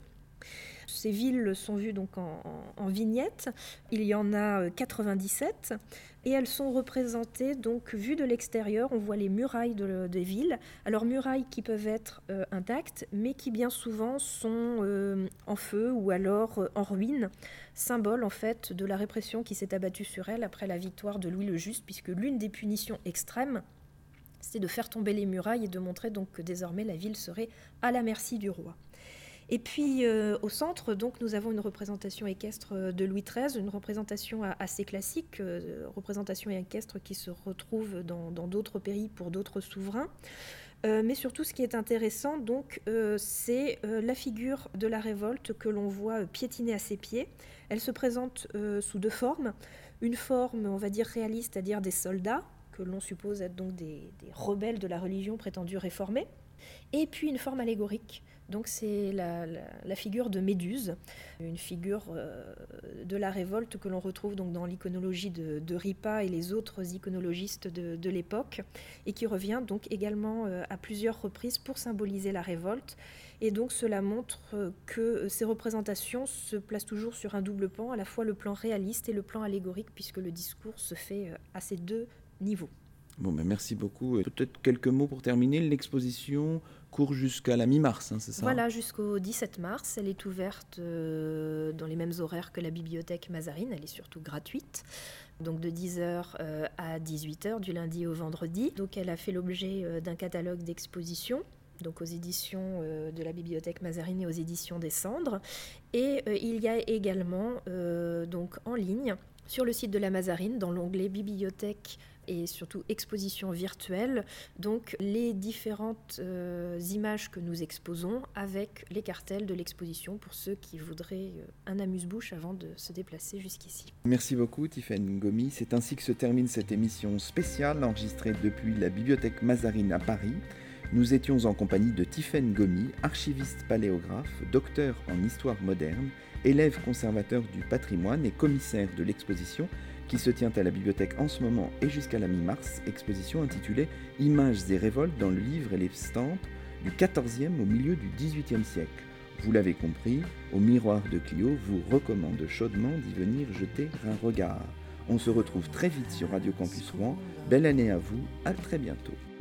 Ces villes sont vues donc en, en, en vignettes. Il y en a quatre-vingt-dix-sept et elles sont représentées donc vues de l'extérieur. On voit les murailles de, des villes. Alors murailles qui peuvent être euh, intactes, mais qui bien souvent sont euh, en feu ou alors euh, en ruine, symbole en fait de la répression qui s'est abattue sur elles après la victoire de Louis le Juste, puisque l'une des punitions extrêmes, c'était de faire tomber les murailles et de montrer donc que désormais la ville serait à la merci du roi. Et puis euh, au centre, donc, nous avons une représentation équestre de Louis treize, une représentation assez classique, euh, représentation équestre qui se retrouve dans, dans d'autres pays pour d'autres souverains. Euh, mais surtout, ce qui est intéressant, donc, euh, c'est euh, la figure de la révolte que l'on voit piétiner à ses pieds. Elle se présente euh, sous deux formes. Une forme, on va dire, réaliste, c'est-à-dire des soldats, que l'on suppose être donc des, des rebelles de la religion prétendue réformée. Et puis une forme allégorique. Donc c'est la, la, la figure de Méduse, une figure euh, de la révolte que l'on retrouve donc dans l'iconologie de, de Ripa et les autres iconologistes de, de l'époque, et qui revient donc également euh, à plusieurs reprises pour symboliser la révolte. Et donc cela montre euh, que ces représentations se placent toujours sur un double plan, à la fois le plan réaliste et le plan allégorique, puisque le discours se fait euh, à ces deux niveaux. Bon, ben merci beaucoup. Peut-être quelques mots pour terminer. L'exposition court jusqu'à la mi-mars, hein, c'est ça ? Voilà, jusqu'au dix-sept mars. Elle est ouverte euh, dans les mêmes horaires que la bibliothèque Mazarine. Elle est surtout gratuite, donc de dix heures euh, à dix-huit heures, du lundi au vendredi. Donc elle a fait l'objet euh, d'un catalogue d'expositions, donc aux éditions euh, de la bibliothèque Mazarine et aux éditions des Cendres. Et euh, il y a également euh, donc en ligne, sur le site de la Mazarine, dans l'onglet bibliothèque et surtout exposition virtuelle, donc les différentes euh, images que nous exposons avec les cartels de l'exposition pour ceux qui voudraient euh, un amuse-bouche avant de se déplacer jusqu'ici. Merci beaucoup Tiffaine Ngomi. C'est ainsi que se termine cette émission spéciale enregistrée depuis la bibliothèque Mazarine à Paris. Nous étions en compagnie de Tiffaine Ngomi, archiviste paléographe, docteur en histoire moderne, élève conservateur du patrimoine et commissaire de l'exposition qui se tient à la bibliothèque en ce moment et jusqu'à la mi-mars, exposition intitulée « Images et révoltes dans le livre et les stampes du quatorzième au milieu du dix-huitième siècle ». Vous l'avez compris, au Miroir de Clio vous recommande chaudement d'y venir jeter un regard. On se retrouve très vite sur Radio Campus Rouen. Belle année à vous, à très bientôt.